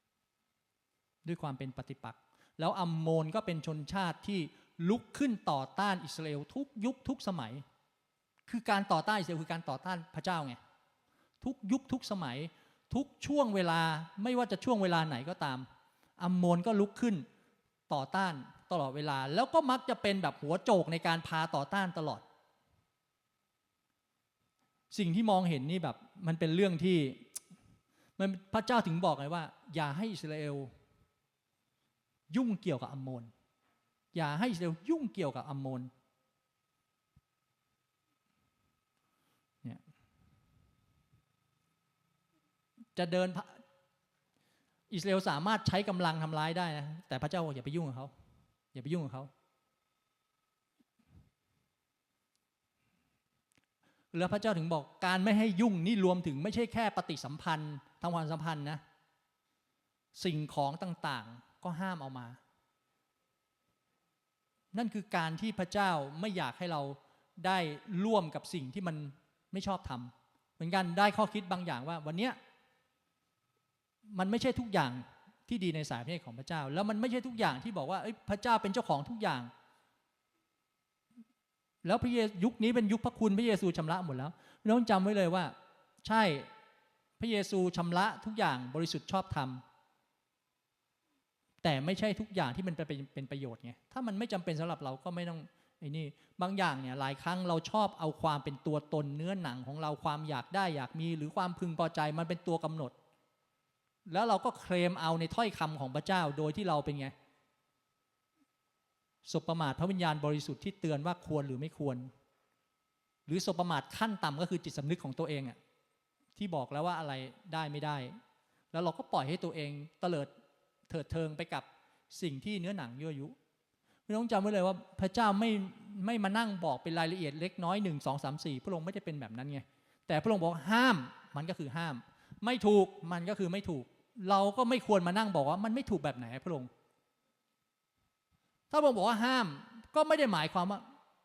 แล้วอัมโมนก็เป็นชนชาติที่ลุกขึ้นต่อต้านอิสราเอลทุกยุคทุกสมัยคือการต่อต้านอิสราเอลคือการต่อต้านพระเจ้าไงทุกยุคทุกสมัยทุกช่วงเวลาไม่ว่าจะช่วงเวลาไหนก็ตามอัมโมนก็ลุกขึ้นต่อต้านตลอดเวลาแล้วก็มักจะเป็นแบบหัวโจกในการพาต่อต้านตลอดสิ่งที่มองเห็นนี่แบบมันเป็นเรื่องที่พระเจ้าถึงบอกไงว่าอย่าให้อิสราเอลยุ่งเกี่ยวกับอัมโมนอย่าให้อิสราเอลยุ่งเกี่ยวกับอัมโมนเนี่ยจะเดินอิสราเอลสามารถใช้กำลังทำร้ายได้นะแต่พระเจ้าบอกอย่าไปยุ่งกับเขาแล้วพระเจ้าถึงบอกการไม่ให้ยุ่งนี่รวมถึงไม่ใช่แค่ปฏิสัมพันธ์ทางความสัมพันธ์นะสิ่งของต่างๆก็ห้ามเอามานั่นคือการที่พระเจ้าไม่อยากให้เราได้ร่วมกับสิ่งที่มันไม่ชอบทำเหมือนกันได้ข้อคิดบางอย่างว่าวันนี้มันไม่ใช่ทุกอย่างที่ดีในสายพระเนตรของพระเจ้าแล้วมันไม่ใช่ทุกอย่างที่บอกว่าพระเจ้าเป็นเจ้าของทุกอย่างแล้วยุคนี้เป็นยุคพระคุณพระเยซูชำระหมดแล้วพี่น้องจำไว้เลยว่าใช่พระเยซูชำระทุกอย่างบริสุทธิ์ชอบธรรมแต่ไม่ใช่ทุกอย่างที่มันเป็นประโยชน์ไงถ้ามันไม่จำเป็นสำหรับเราก็ไม่ต้องไอ้นี่บางอย่างเนี่ยหลายครั้งเราชอบเอาความเป็นตัวตนเนื้อหนังของเราความอยากได้อยากมีหรือความพึงพอใจมันเป็นตัวกำหนดแล้วเราก็เคลมเอาในถ้อยคำของพระเจ้าโดยที่เราเป็นไงสบประมาทพระวิญญาณบริสุทธิ์ที่เตือนว่าควรหรือไม่ควรหรือสบประมาทขั้นต่ำก็คือจิตสำนึกของตัวเองอ่ะที่บอกแล้วว่าอะไรได้ไม่ได้แล้วเราก็ปล่อยให้ตัวเองเตลิดเถิดเทิงไปกับสิ่งที่เนื้อหนังยั่วยุพี่น้องจำไว้เลยว่าพระเจ้าไม่มานั่งบอกเป็นรายละเอียดเล็กน้อย1 2 3 4พระองค์ไม่ได้เป็นแบบนั้นไงแต่พระองค์บอกห้ามมันก็คือห้ามไม่ถูกมันก็คือไม่ถูกเราก็ไม่ควรมานั่งบอกว่ามันไม่ถูกแบบไหนพระองค์ถ้าพระองค์บอกว่าห้ามก็ไม่ได้หมายความว่า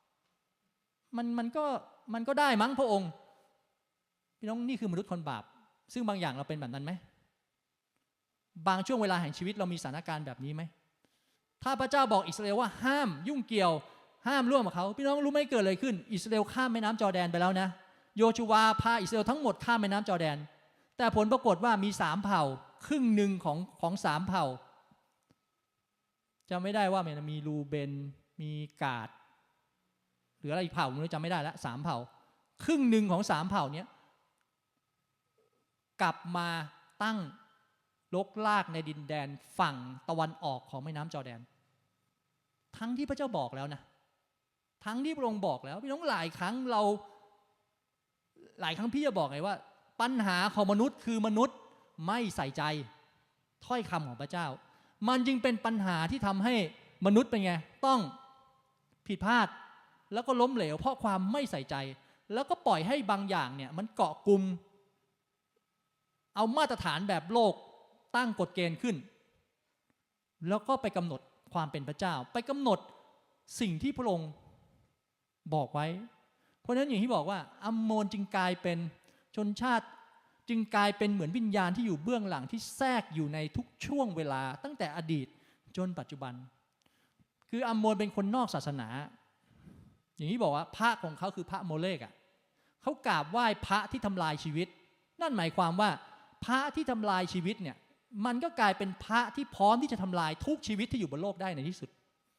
มันก็ได้มั้งพระองค์พี่น้องนี่คือมนุษย์คนบาปซึ่งบางอย่างเราเป็นแบบนั้นไหมบางช่วงเวลาแห่งชีวิตเรามีสถานการณ์แบบนี้ไหมถ้าพระเจ้าบอกอิสราเอลว่าห้ามยุ่งเกี่ยวห้ามร่วมกับเขาพี่น้องรู้ไหมเกิดอะไรขึ้นอิสราเอลข้ามแม่น้ำจอร์แดนไปแล้วนะโยชูวาพาอิสราเอลทั้งหมดข้ามแม่น้ำจอร์แดนแต่ผลปรากฏว่ามี3เผ่าครึ่งหนึ่งของ3เผ่าจำไม่ได้ว่ามีรูเบนมีกาดหรืออะไรอีกเผ่าไม่รู้จำไม่ได้ละ3เผ่าครึ่งหนึ่งของ3เผ่านี้กลับมาตั้งลกลากในดินแดนฝั่งตะวันออกของแม่น้ำจอร์แดนทั้งที่พระเจ้าบอกแล้วนะทั้งที่พระองค์บอกแล้วพี่น้องหลายครั้งพี่จะบอกไงว่าปัญหาของมนุษย์คือมนุษย์ไม่ใส่ใจถ้อยคำของพระเจ้ามันจึงเป็นปัญหาที่ทำให้มนุษย์เป็นไงต้องผิดพลาดแล้วก็ล้มเหลวเพราะความไม่ใส่ใจแล้วก็ปล่อยให้บางอย่างเนี่ยมันเกาะกลุ่มเอามาตรฐานแบบโลกตั้งกฎเกณฑ์ขึ้นแล้วก็ไปกำหนดความเป็นพระเจ้าไปกำหนดสิ่งที่พระองค์บอกไว้เพราะฉะนั้นอย่างที่บอกว่าอัมโมนจึงกลายเป็นชนชาติจึงกลายเป็นเหมือนวิญญาณที่อยู่เบื้องหลังที่แทรกอยู่ในทุกช่วงเวลาตั้งแต่อดีตจนปัจจุบันคืออัมโมนเป็นคนนอกศาสนาอย่างที่บอกว่าพระของเขาคือพระโมเลกอ่ะเขากราบไหว้พระที่ทำลายชีวิตนั่นหมายความว่าพระที่ทำลายชีวิตเนี่ยมันก็กลายเป็นพระที่พร้อมที่จะทำลายทุกชีวิตที่อยู่บนโลกได้ในที่สุด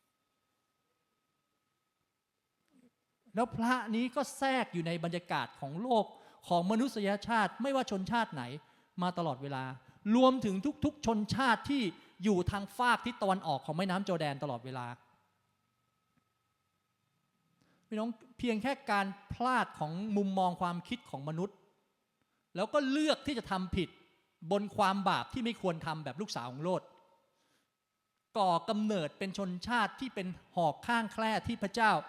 แล้วพระนี้ก็แทรกอยู่ในบรรยากาศของโลกของมนุษยชาติไม่ว่าชนชาติไหนมาตลอดเวลารวมถึงทุกๆชนชาติที่อยู่ทางฟากทิศตะวันออกของแม่น้ำจอร์แดนตลอดเวลาพี่น้องเพียงแค่การพลาดของมุมมองความคิดของมนุษย์แล้วก็เลือกที่จะทำผิดบนความบาปที่ไม่ควรทำแบบลูกสาวของโลดก่อกำเนิดเป็นชนชาติที่เป็นหอกข้างแคร่ที่พระเจ้า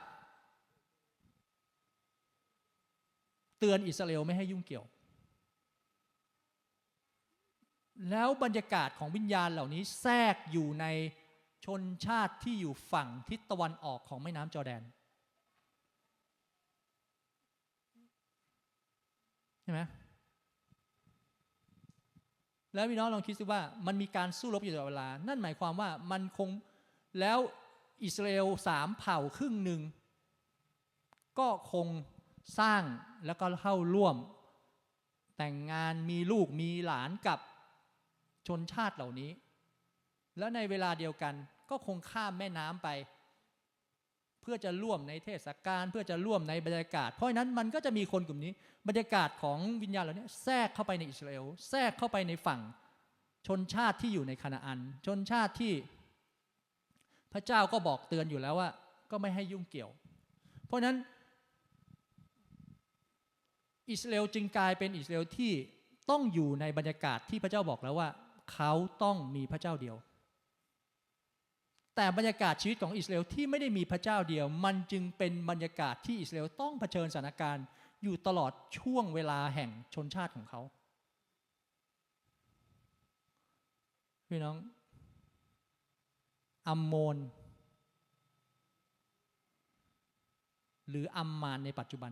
เตือนอิสราเอลไม่ให้ยุ่งเกี่ยวแล้วบรรยากาศของวิญญาณเหล่านี้แทรกอยู่ในชนชาติที่อยู่ฝั่งทิศตะวันออกของแม่น้ำจอร์แดนใช่ไหมแล้วพี่น้องลองคิดสิว่ามันมีการสู้รบอยู่ตลอดเวลานั่นหมายความว่ามันคงแล้วอิสราเอล3เผ่าครึ่งหนึ่งก็คงสร้างแล้วก็เข้าร่วมแต่งงานมีลูกมีหลานกับชนชาติเหล่านี้แล้วในเวลาเดียวกันก็คงข้ามแม่น้ำไปเพื่อจะร่วมในเทศกาลเพื่อจะร่วมในบรรยากาศเพราะฉะนั้นมันก็จะมีคนกลุ่มนี้บรรยากาศของวิญญาณเหล่านี้แทรกเข้าไปในอิสราเอลแทรกเข้าไปในฝั่งชนชาติที่อยู่ในคานาอันชนชาติที่พระเจ้าก็บอกเตือนอยู่แล้วว่าก็ไม่ให้ยุ่งเกี่ยวเพราะฉะนั้นอิสราเอลจึงกลายเป็นอิสราเอลที่ต้องอยู่ในบรรยากาศที่พระเจ้าบอกแล้วว่าเขาต้องมีพระเจ้าเดียวแต่บรรยากาศชีวิตของอิสราเอลที่ไม่ได้มีพระเจ้าเดียวมันจึงเป็นบรรยากาศที่อิสราเอลต้องเผชิญสถานการณ์อยู่ตลอดช่วงเวลาแห่งชนชาติของเขาพี่น้องอัมโมนหรืออัมมานในปัจจุบัน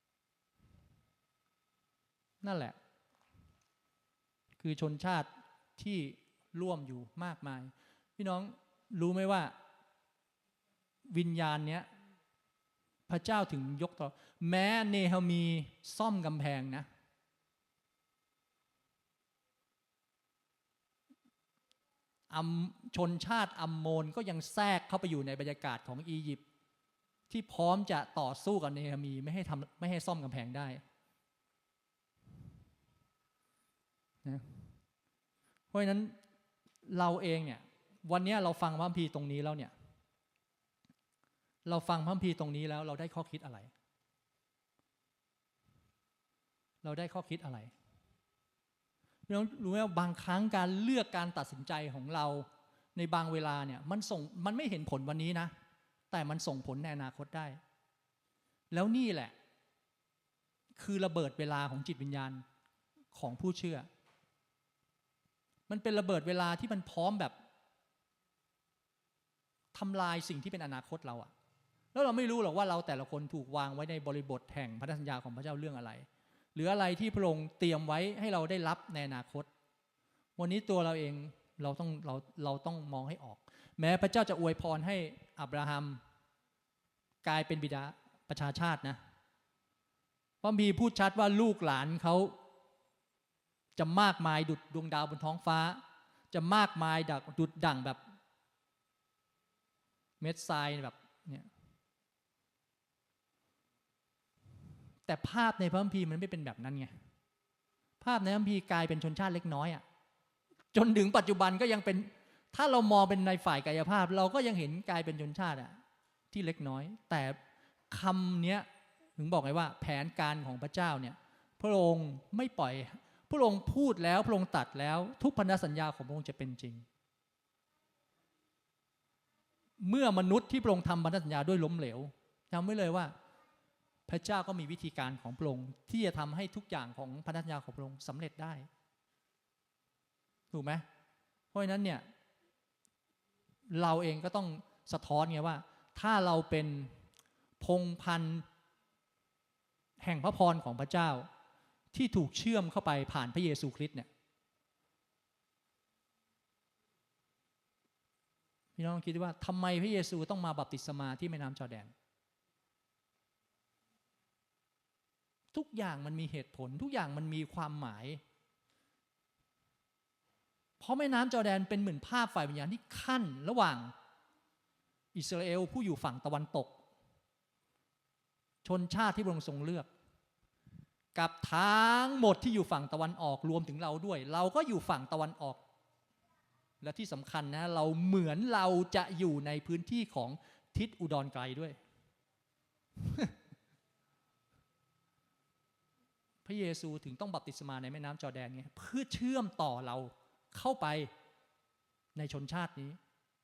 นั่นแหละคือชนชาติที่ร่วมอยู่มากมายพี่น้องรู้ไหมว่าวิญญาณเนี้ยพระเจ้าถึงยกต่อแม้เนหมีซ่อมกำแพงนะชนชาติอัมโมนก็ยังแทรกเข้าไปอยู่ในบรรยากาศของอียิปต์ที่พร้อมจะต่อสู้กับเนหมีไม่ให้ซ่อมกำแพงได้นะเพราะฉะนั้นเราเองเนี่ยวันนี้เราฟังพระคัมภีร์ตรงนี้แล้วเนี่ยเราฟังพระคัมภีร์ตรงนี้แล้วเราได้ข้อคิดอะไรเราได้ข้อคิดอะไรพี่น้องรู้ไหมว่าบางครั้งการเลือกการตัดสินใจของเราในบางเวลาเนี่ยมันไม่เห็นผลวันนี้นะแต่มันส่งผลในอนาคตได้แล้วนี่แหละคือระเบิดเวลาของจิตวิญญาณของผู้เชื่อมันเป็นระเบิดเวลาที่มันพร้อมแบบทำลายสิ่งที่เป็นอนาคตเราอะแล้วเราไม่รู้หรอกว่าเราแต่ละคนถูกวางไว้ในบริบทแห่งพันธสัญญาของพระเจ้าเรื่องอะไรหรืออะไรที่พระองค์เตรียมไว้ให้เราได้รับในอนาคตวันนี้ตัวเราเองเราต้องมองให้ออกแม้พระเจ้าจะอวยพรให้อับราฮัมกลายเป็นบิดาประชาชาตินะพระคัมภีร์พูดชัดว่าลูกหลานเขาจะมากมายดุจดวงดาวบนท้องฟ้าจะมากมายดุจดั่งแบบเม็ดทรายแบบเนี่ยแต่ภาพในพระคัมภีร์มันไม่เป็นแบบนั้นไงภาพในพระคัมภีร์กลายเป็นชนชาติเล็กน้อยอ่ะจนถึงปัจจุบันก็ยังเป็นถ้าเรามองเป็นในฝ่ายกายภาพเราก็ยังเห็นกลายเป็นชนชาติอ่ะที่เล็กน้อยแต่คำเนี้ยถึงบอกไงว่าแผนการของพระเจ้าเนี่ยพระองค์ไม่ปล่อยพระองค์พูดแล้วพระองค์ตัดแล้วทุกพันธสัญญาของพระองค์จะเป็นจริงเมื่อมนุษย์ที่พระองค์ทำพันธสัญญาด้วยล้มเหลวจำไว้เลยว่าพระเจ้าก็มีวิธีการของพระองค์ที่จะทำให้ทุกอย่างของพันธสัญญาของพระองค์สำเร็จได้ถูกไหมเพราะฉะนั้นเนี่ยเราเองก็ต้องสะท้อนไงว่าถ้าเราเป็นพงศ์พันธุ์แห่งพระพรของพระเจ้าที่ถูกเชื่อมเข้าไปผ่านพระเยซูคริสต์เนี่ยพี่น้องคิดว่าทำไมพระเยซูต้องมาบัพติศมาที่แม่น้ำจอร์แดนทุกอย่างมันมีเหตุผลทุกอย่างมันมีความหมายเพราะแม่น้ำจอร์แดนเป็นเหมือนภาพฝ่ายวิญญาณที่ขั้นระหว่างอิสราเอลผู้อยู่ฝั่งตะวันตกชนชาติที่พระองค์ทรงเลือกกับทั้งหมดที่อยู่ฝั่งตะวันออกรวมถึงเราด้วยเราก็อยู่ฝั่งตะวันออกและที่สำคัญนะเราเหมือนเราจะอยู่ในพื้นที่ของทิศอุดรไกลด้วย พระเยซูถึงต้องบัพติศมาในแม่น้ำจอร์แดนไงเพื่อเชื่อมต่อเราเข้าไปในชนชาตินี้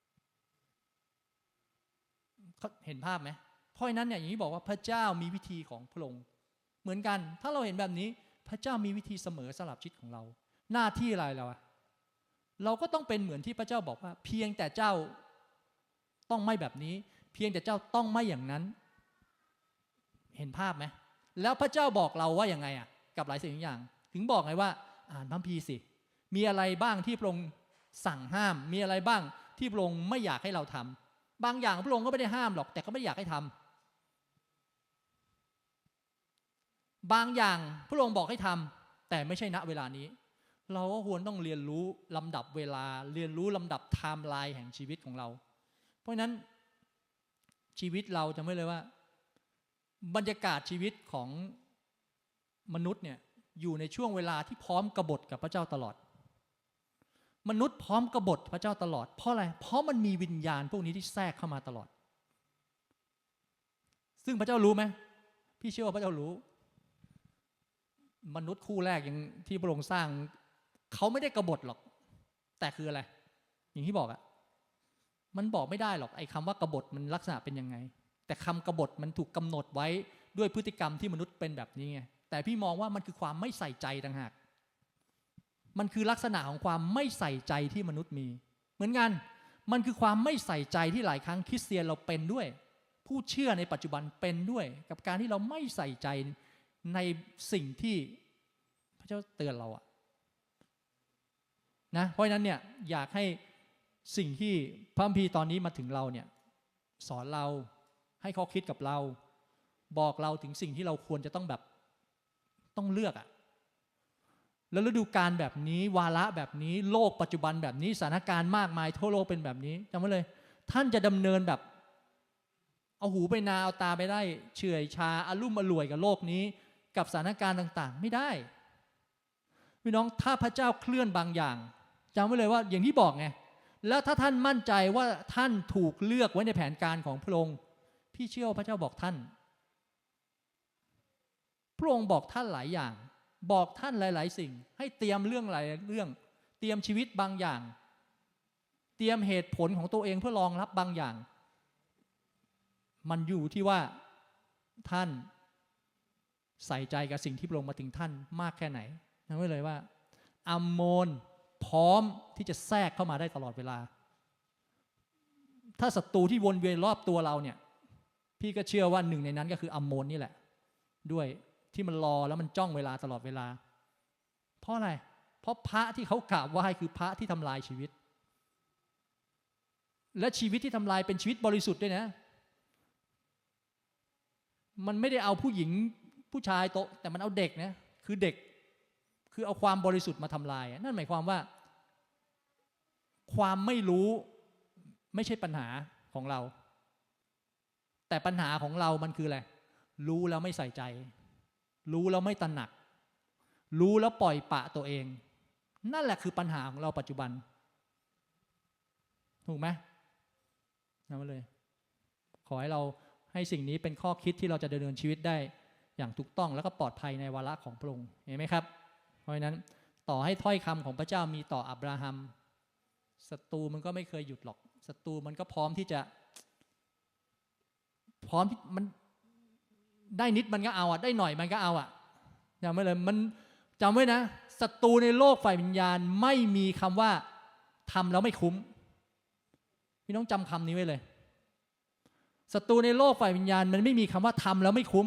เห็นภาพไหมเพราะฉะนั้นเนี่ยอย่างที่บอกว่าพระเจ้ามีวิธีของพระองค์เหมือนกันถ้าเราเห็นแบบนี้พระเจ้ามีวิธีเสมอสำหรับชีวิตของเราหน้าที่อะไรเราก็ต้องเป็นเหมือนที่พระเจ้าบอกว่าเพียงแต่เจ้าต้องไม่แบบนี้เพียงแต่เจ้าต้องไม่อย่างนั้นเห็นภาพไหมแล้วพระเจ้าบอกเราว่าอย่างไงอ่ะกับหลายสิ่งอย่างถึงบอกไงว่าอ่านพระคัมภีร์สิมีอะไรบ้างที่พระองค์สั่งห้ามมีอะไรบ้างที่พระองค์ไม่อยากให้เราทำบางอย่างพระองค์ก็ไม่ได้ห้ามหรอกแต่ก็ไม่อยากให้ทำบางอย่างพระองค์บอกให้ทำแต่ไม่ใช่ณเวลานี้เราก็ควรต้องเรียนรู้ลำดับเวลาเรียนรู้ลำดับไทม์ไลน์แห่งชีวิตของเราเพราะฉะนั้นชีวิตเราจำไว้เลยว่าบรรยากาศชีวิตของมนุษย์เนี่ยอยู่ในช่วงเวลาที่พร้อมกบฏกับพระเจ้าตลอดมนุษย์พร้อมกบฏพระเจ้าตลอดเพราะอะไรเพราะมันมีวิญญาณพวกนี้ที่แทรกเข้ามาตลอดซึ่งพระเจ้ารู้ไหมพี่เชื่อว่าพระเจ้ารู้มนุษย์คู่แรกอย่างที่พระองค์สร้างเขาไม่ได้กบฏหรอกแต่คืออะไรอย่างที่บอกอะมันบอกไม่ได้หรอกไอ้คำว่ากบฏมันลักษณะเป็นยังไงแต่คำกบฏมันถูกกำหนดไว้ด้วยพฤติกรรมที่มนุษย์เป็นแบบนี้ไงแต่พี่มองว่ามันคือความไม่ใส่ใจต่างหากมันคือลักษณะของความไม่ใส่ใจที่มนุษย์มีเหมือนกันมันคือความไม่ใส่ใจที่หลายครั้งคริสเตียนเราเป็นด้วยผู้เชื่อในปัจจุบันเป็นด้วยกับการที่เราไม่ใส่ใจในสิ่งที่พระเจ้าเตือนเราอะนะเพราะฉะนั้นเนี่ยอยากให้สิ่งที่พระคัมภีร์ตอนนี้มาถึงเราเนี่ยสอนเราให้ข้อคิดกับเราบอกเราถึงสิ่งที่เราควรจะต้องแบบต้องเลือกแล้วฤดูกาลแบบนี้วาระแบบนี้โลกปัจจุบันแบบนี้สถานการณ์มากมายทั่วโลกเป็นแบบนี้จำไว้เลยท่านจะดำเนินแบบเอาหูไปนาเอาตาไปได้เฉื่อยชาอลุ่มอล่วยกับโลกนี้กับสถานการณ์ต่างๆไม่ได้พี่น้องถ้าพระเจ้าเคลื่อนบางอย่างจำไว้เลยว่าอย่างที่บอกไงแล้วถ้าท่านมั่นใจว่าท่านถูกเลือกไว้ในแผนการของพระองค์พี่เชื่อว่าพระเจ้าบอกท่านพระองค์บอกท่านหลายอย่างบอกท่านหลายๆสิ่งให้เตรียมเรื่องหลายเรื่องเตรียมชีวิตบางอย่างเตรียมเหตุผลของตัวเองเพื่อรองรับบางอย่างมันอยู่ที่ว่าท่านใส่ใจกับสิ่งที่พระองค์มาถึงท่านมากแค่ไหนนั่นไว้เลยว่าอัมโมนพร้อมที่จะแทรกเข้ามาได้ตลอดเวลาถ้าศัตรูที่วนเวียนรอบตัวเราเนี่ยพี่ก็เชื่อว่าหนึ่งในนั้นก็คืออัมโมนนี่แหละด้วยที่มันรอแล้วมันจ้องเวลาตลอดเวลาเพราะอะไรเพราะพระที่เขากราบไหว้คือพระที่ทำลายชีวิตและชีวิตที่ทำลายเป็นชีวิตบริสุทธิ์ด้วยนะมันไม่ได้เอาผู้หญิงผู้ชายโตแต่มันเอาเด็กนะคือเด็กคือเอาความบริสุทธิ์มาทำลายนั่นหมายความว่าความไม่รู้ไม่ใช่ปัญหาของเราแต่ปัญหาของเรามันคืออะไรรู้แล้วไม่ใส่ใจรู้แล้วไม่ตระหนักรู้แล้วปล่อยปละตัวเองนั่นแหละคือปัญหาของเราปัจจุบันถูกไหมเอาไปเลยขอให้เราให้สิ่งนี้เป็นข้อคิดที่เราจะดำเนินชีวิตได้อย่างถูกต้องแล้วก็ปลอดภัยในวาระของพระองค์เห็นไหมครับเพราะฉะนั้นต่อให้ถ้อยคำของพระเจ้ามีต่ออับราฮัมศัตรูมันก็ไม่เคยหยุดหรอกศัตรูมันก็พร้อมที่มันได้นิดมันก็เอาได้หน่อยมันก็เอาจำไว้เลยมันจำไว้นะศัตรูในโลกฝ่ายวิญญาณไม่มีคำว่าทำแล้วไม่คุ้มพี่น้องจำคำนี้ไว้เลยศัตรูในโลกฝ่ายวิญญาณมันไม่มีคำว่าทำแล้วไม่คุ้ม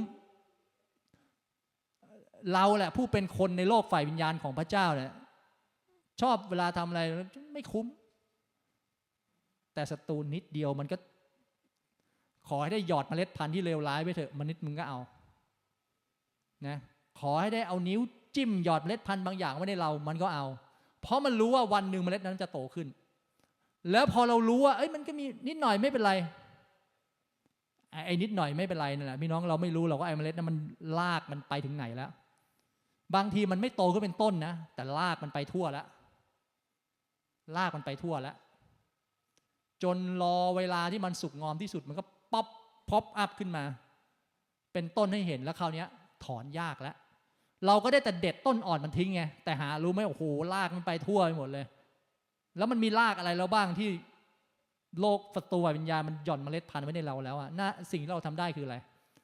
เราแหละผู้เป็นคนในโลกฝ่ายวิญญาณของพระเจ้าแหละชอบเวลาทำอะไรไม่คุ้มแต่ศัตรูนิดเดียวมันก็ขอให้ได้หยอดเมล็ดพันธุ์ที่เลวร้ายไปเถอะมันนิดมึงก็เอานะขอให้ได้เอานิ้วจิ้มหยอดเมล็ดพันธุ์บางอย่างไว้ในเรามันก็เอาเพราะมันรู้ว่าวันหนึ่งเมล็ดนั้นจะโตขึ้นแล้วพอเรารู้ว่ามันก็มีนิดหน่อยไม่เป็นไรไอ้นิดหน่อยไม่เป็นไรนั่นแหละพี่น้องเราไม่รู้หรอกว่าไอ้เมล็ดนั้นมันลากมันไปถึงไหนแล้วบางทีมันไม่โตขึ้นเป็นต้นนะแต่ลากมันไปทั่วแล้วลากมันไปทั่วแล้วจนรอเวลาที่มันสุกงอมที่สุดมันก็ป๊อปอัพขึ้นมาเป็นต้นให้เห็นแล้วคราวนี้ถอนยากแล้วเราก็ได้แต่เด็ดต้นอ่อนมันทิ้งไงแต่หารู้ไหมโอ้โหรากมันไปทั่วไปหมดเลยแล้วมันมีรากอะไรแล้วบ้างที่โลกศัตรูวิญญาณมันหย่อนเมล็ดพันธุ์ไว้ในเราแล้วสิ่งที่เราทำได้คืออะไร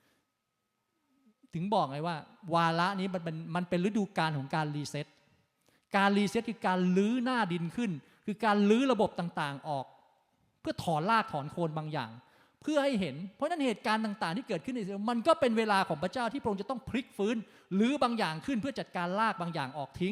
ถึงบอกไงว่าวาระนี้มันเป็นฤดูกาลของการรีเซ็ตคือการลื้อหน้าดินขึ้นคือการลื้อระบบต่างๆออกเพื่อถอนรากถอนโคนบางอย่างเพื่อให้เห็นเพราะนั้นเหตุการณ์ต่างๆที่เกิดขึ้นในชีวิตมันก็เป็นเวลาของพระเจ้าที่พระองค์จะต้องพลิกฟื้นลื้อบางอย่างขึ้นเพื่อจัดการรากบางอย่างออกทิ้ง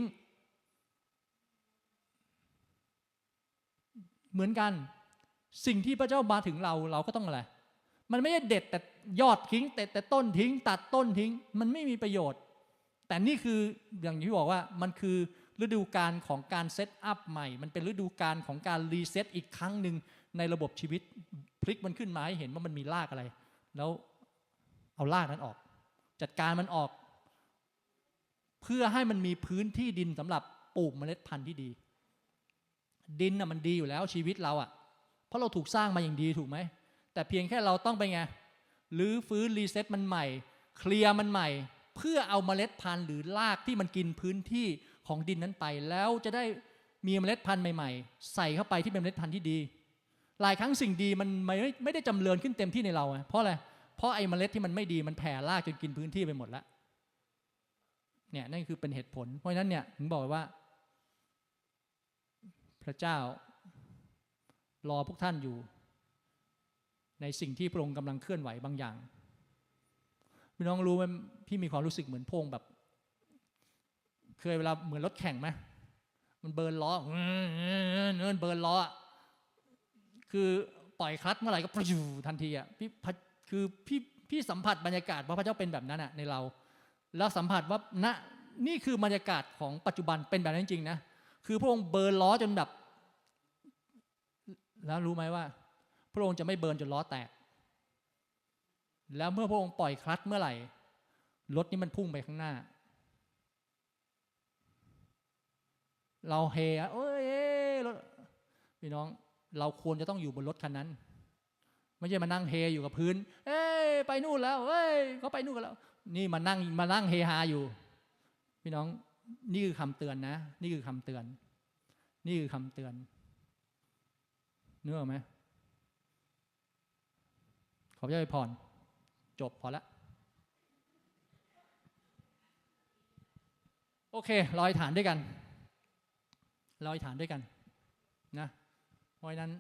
เหมือนกันสิ่งที่พระเจ้ามาถึงเราก็ต้องอะไรมันไม่ใช่เด็ดแต่ยอดทิ้งแต่ต้นทิ้งตัดต้นทิ้งมันไม่มีประโยชน์แต่นี่คืออย่างที่บอกว่ามันคือฤดูกาลของการเซตอัพใหม่มันเป็นฤดูกาลของการรีเซ็ตอีกครั้งหนึ่งในระบบชีวิตพลิกมันขึ้นมาให้เห็นว่ามันมีรากอะไรแล้วเอารากนั้นออกจัดการมันออกเพื่อให้มันมีพื้นที่ดินสำหรับปลูกเมล็ดพันธุ์ที่ดีดินมันดีอยู่แล้วชีวิตเราเพราะเราถูกสร้างมาอย่างดีถูกไหมแต่เพียงแค่เราต้องไปไงรื้อฟื้นรีเซ็ตมันใหม่เคลียร์มันใหม่เพื่อเอาเมล็ดพันธุ์หรือรากที่มันกินพื้นที่ของดินนั้นไปแล้วจะได้มีเมล็ดพันธุ์ใหม่ๆใส่เข้าไปที่เป็นเมล็ดพันธุ์ที่ดีหลายครั้งสิ่งดีมันไม่ได้จำเริญขึ้นเต็มที่ในเราเพราะอะไรเพราะไอ้เมล็ดที่มันไม่ดีมันแผ่รากจนกินพื้นที่ไปหมดแล้วเนี่ยนั่นคือเป็นเหตุผลเพราะฉะนั้นเนี่ยถึงบอกว่าพระเจ้ารอพวกท่านอยู่ในสิ่งที่พระองค์กำลังเคลื่อนไหวบางอย่างพี่น้องรู้ไหมพี่มีความรู้สึกเหมือนพงแบบเคยเวลาเหมือนรถแข่งไหมเวมันเบิร์นล้อเบิร์นล้อคือปล่อยคลัตช์เมื่อไหร่ก็ปลิวทันทีอ่ะคือพี่สัมผัสบรรยากาศว่าพระเจ้าเป็นแบบนั้นอ่ะในเราแล้วสัมผัสว่านี่คือบรรยากาศของปัจจุบันเป็นแบบนั้นจริงๆนะคือพระองค์เบิร์นล้อจนแบบแล้วรู้ไหมว่าพระองค์จะไม่เบิร์นจนล้อแตกแล้วเมื่อพระองค์ปล่อยคลัตช์เมื่อไหร่รถนี้มันพุ่งไปข้างหน้าเราเฮโอ้ยรถพี่น้องเราควรจะต้องอยู่บนรถคันนั้นไม่ใช่มานั่งเฮอยู่กับพื้นเอ้ยไปนู่นแล้วเอ้ยเขาไปนู่นกันแล้วนี่มานั่งเฮฮาอยู่พี่น้องนี่คือคำเตือนนะนี่คือคำเตือนนี่คือคำเตือนเนื้อไหมขอพระเจ้าอวยพรจบพอละโอเคลอยฐานด้วยกันลอยฐานด้วยกันนะเพราะฉะนั้น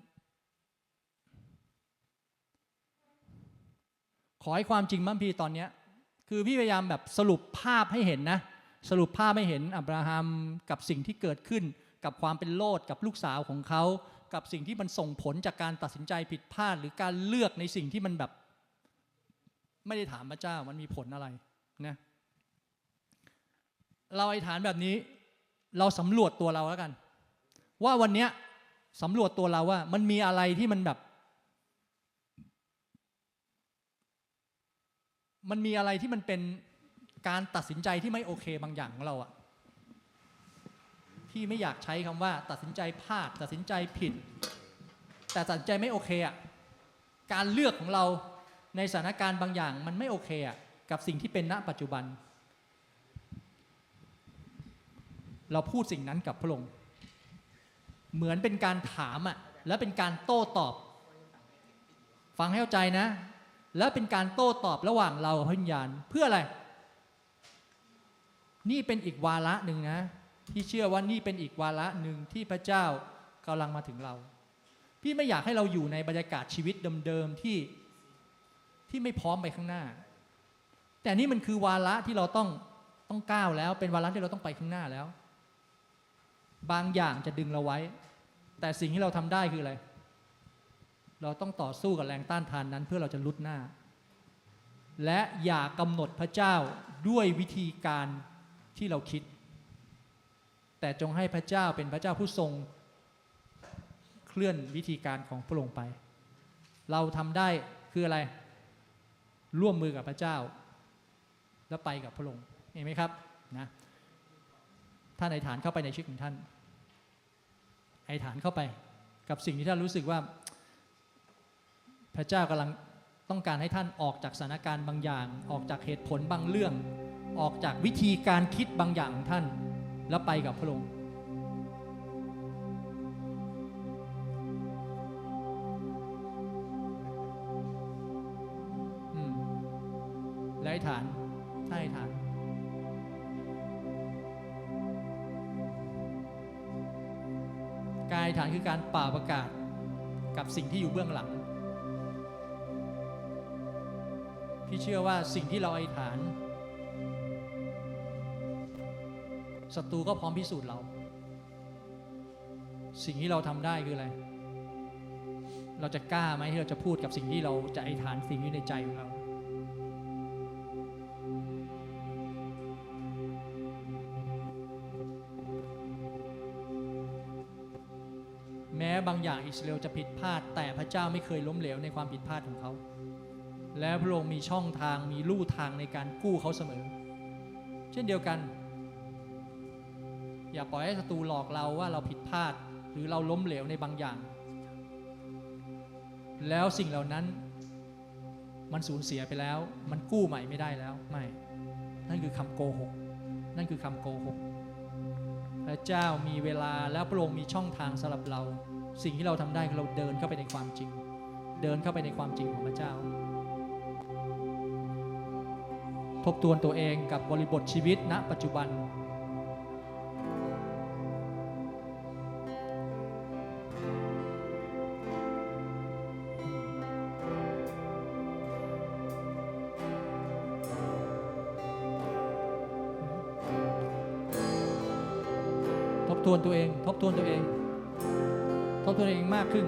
ขอให้ความจริงมั่นพี่ตอนนี้คือพี่พยายามแบบสรุปภาพให้เห็นนะสรุปภาพให้เห็นอับราฮัมกับสิ่งที่เกิดขึ้นกับความเป็นโลดกับลูกสาวของเขากับสิ่งที่มันส่งผลจากการตัดสินใจผิดพลาดหรือการเลือกในสิ่งที่มันแบบไม่ได้ถามพระเจ้ามันมีผลอะไรนะเราอธิษฐานแบบนี้เราสำรวจตัวเราแล้วกันว่าวันนี้สำรวจตัวเราว่ามันมีอะไรที่มันแบบมันมีอะไรที่มันเป็นการตัดสินใจที่ไม่โอเคบางอย่างของเราอะพี่ไม่อยากใช้คำว่าตัดสินใจพลาดตัดสินใจผิดแต่ตัดสินใจไม่โอเคอะการเลือกของเราในสถานการณ์บางอย่างมันไม่โอเคอะกับสิ่งที่เป็นณปัจจุบันเราพูดสิ่งนั้นกับพระองค์เหมือนเป็นการถามอ่ะและเป็นการโต้ตอบฟังให้เข้าใจนะแล้วเป็นการโต้ตอบระหว่างเรากับพระวิญญาณเพื่ออะไรนี่เป็นอีกวาระหนึ่งนะที่เชื่อว่านี่เป็นอีกวาระหนึ่งที่พระเจ้ากำลังมาถึงเราพี่ไม่อยากให้เราอยู่ในบรรยากาศชีวิตเดิมๆที่ไม่พร้อมไปข้างหน้าแต่นี่มันคือวาระที่เราต้องก้าวแล้วเป็นวาระที่เราต้องไปข้างหน้าแล้วบางอย่างจะดึงเราไว้แต่สิ่งที่เราทำได้คืออะไรเราต้องต่อสู้กับแรงต้านทานนั้นเพื่อเราจะลุดหน้าและอย่ากำหนดพระเจ้าด้วยวิธีการที่เราคิดแต่จงให้พระเจ้าเป็นพระเจ้าผู้ทรงเคลื่อนวิธีการของพระองค์ไปเราทำได้คืออะไรร่วมมือกับพระเจ้าแล้วไปกับพระองค์เห็นไหมครับนะท่านอธิษฐานเข้าไปในชีวิตของท่านอธิษฐานเข้าไปกับสิ่งที่ท่านรู้สึกว่าพระเจ้ากำลังต้องการให้ท่านออกจากสถานการณ์บางอย่างออกจากเหตุผลบางเรื่องออกจากวิธีการคิดบางอย่างของท่านแล้วไปกับพระองค์และอธิษฐานท่านอธิษฐานการอธิษฐานคือการป่าประกาศกับสิ่งที่อยู่เบื้องหลังพี่เชื่อว่าสิ่งที่เราอธิษฐานศัตรูก็พร้อมพิสูจน์เราสิ่งที่เราทำได้คืออะไรเราจะกล้าไหมที่เราจะพูดกับสิ่งที่เราจะอธิษฐานสิ่งที่ในใจของเราแม้บางอย่างอิสราเอลจะผิดพลาดแต่พระเจ้าไม่เคยล้มเหลวในความผิดพลาดของเขาและพระองค์มีช่องทางมีลู่ทางในการกู้เขาเสมอเช่นเดียวกันอย่าปล่อยให้ศัตรูหลอกเราว่าเราผิดพลาดหรือเราล้มเหลวในบางอย่างแล้วสิ่งเหล่านั้นมันสูญเสียไปแล้วมันกู้ใหม่ไม่ได้แล้วไม่นั่นคือคำโกหกนั่นคือคำโกหกพระเจ้ามีเวลาแล้วพระองค์มีช่องทางสำหรับเราสิ่งที่เราทำได้คือเราเดินเข้าไปในความจริงเดินเข้าไปในความจริงของพระเจ้าทบทวนตัวเองกับบริบทชีวิตณปัจจุบันททวนตัวเองทบทวนตัวเองมากขึ้น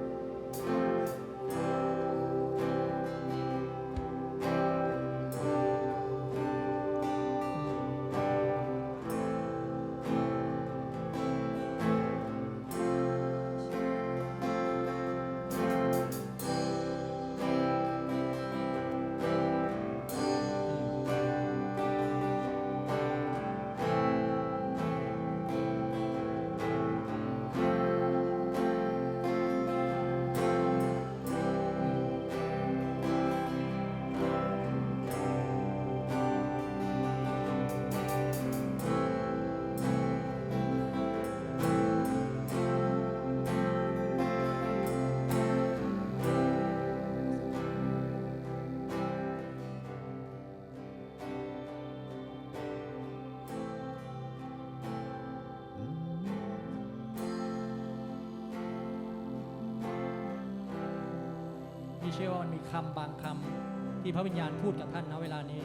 พี่เชื่อว่ามันมีคำบางคำที่พระวิญญาณพูดกับท่านณเวลานี้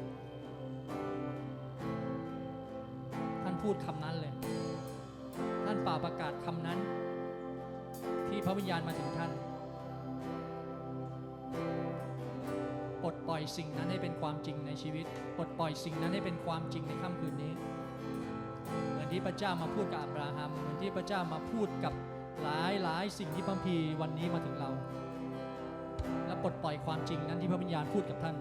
ท่านพูดคำนั้นเลยท่านเป่าประกาศคำนั้นที่พระวิญญาณมาถึงท่านปลดปล่อยสิ่งนั้นให้เป็นความจริงในชีวิตปลดปล่อยสิ่งนั้นให้เป็นความจริงในค่ำคืนนี้เหมือนที่พระเจ้ามาพูดกับอับราฮัมเหมือนที่พระเจ้ามาพูดกับหลายสิ่งที่พระคัมภีร์วันนี้มาถึงเราและปลดปล่อยความจริงนั้นที่พระวิญญาณพูดกับท่าน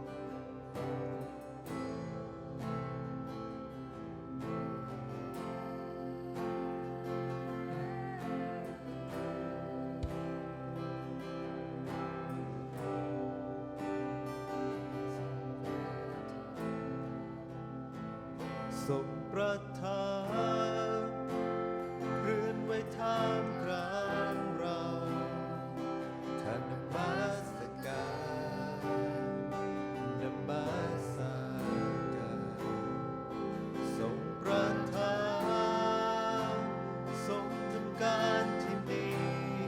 ทรงประทานเคลื่อนไว้ท่ามกลางเราท่านนมัสการนมัสการทรงประทานทรงทำการที่นี่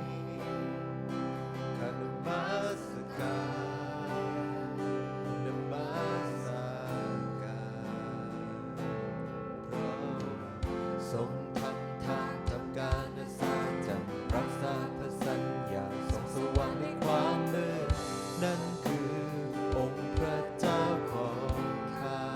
ท่านนมัสการนมัสทรงทำทางทำการอันแสนจะรักษาพระสัญญาทรงสว่างในความมืดนั่นคือองค์พระเจ้าของข้า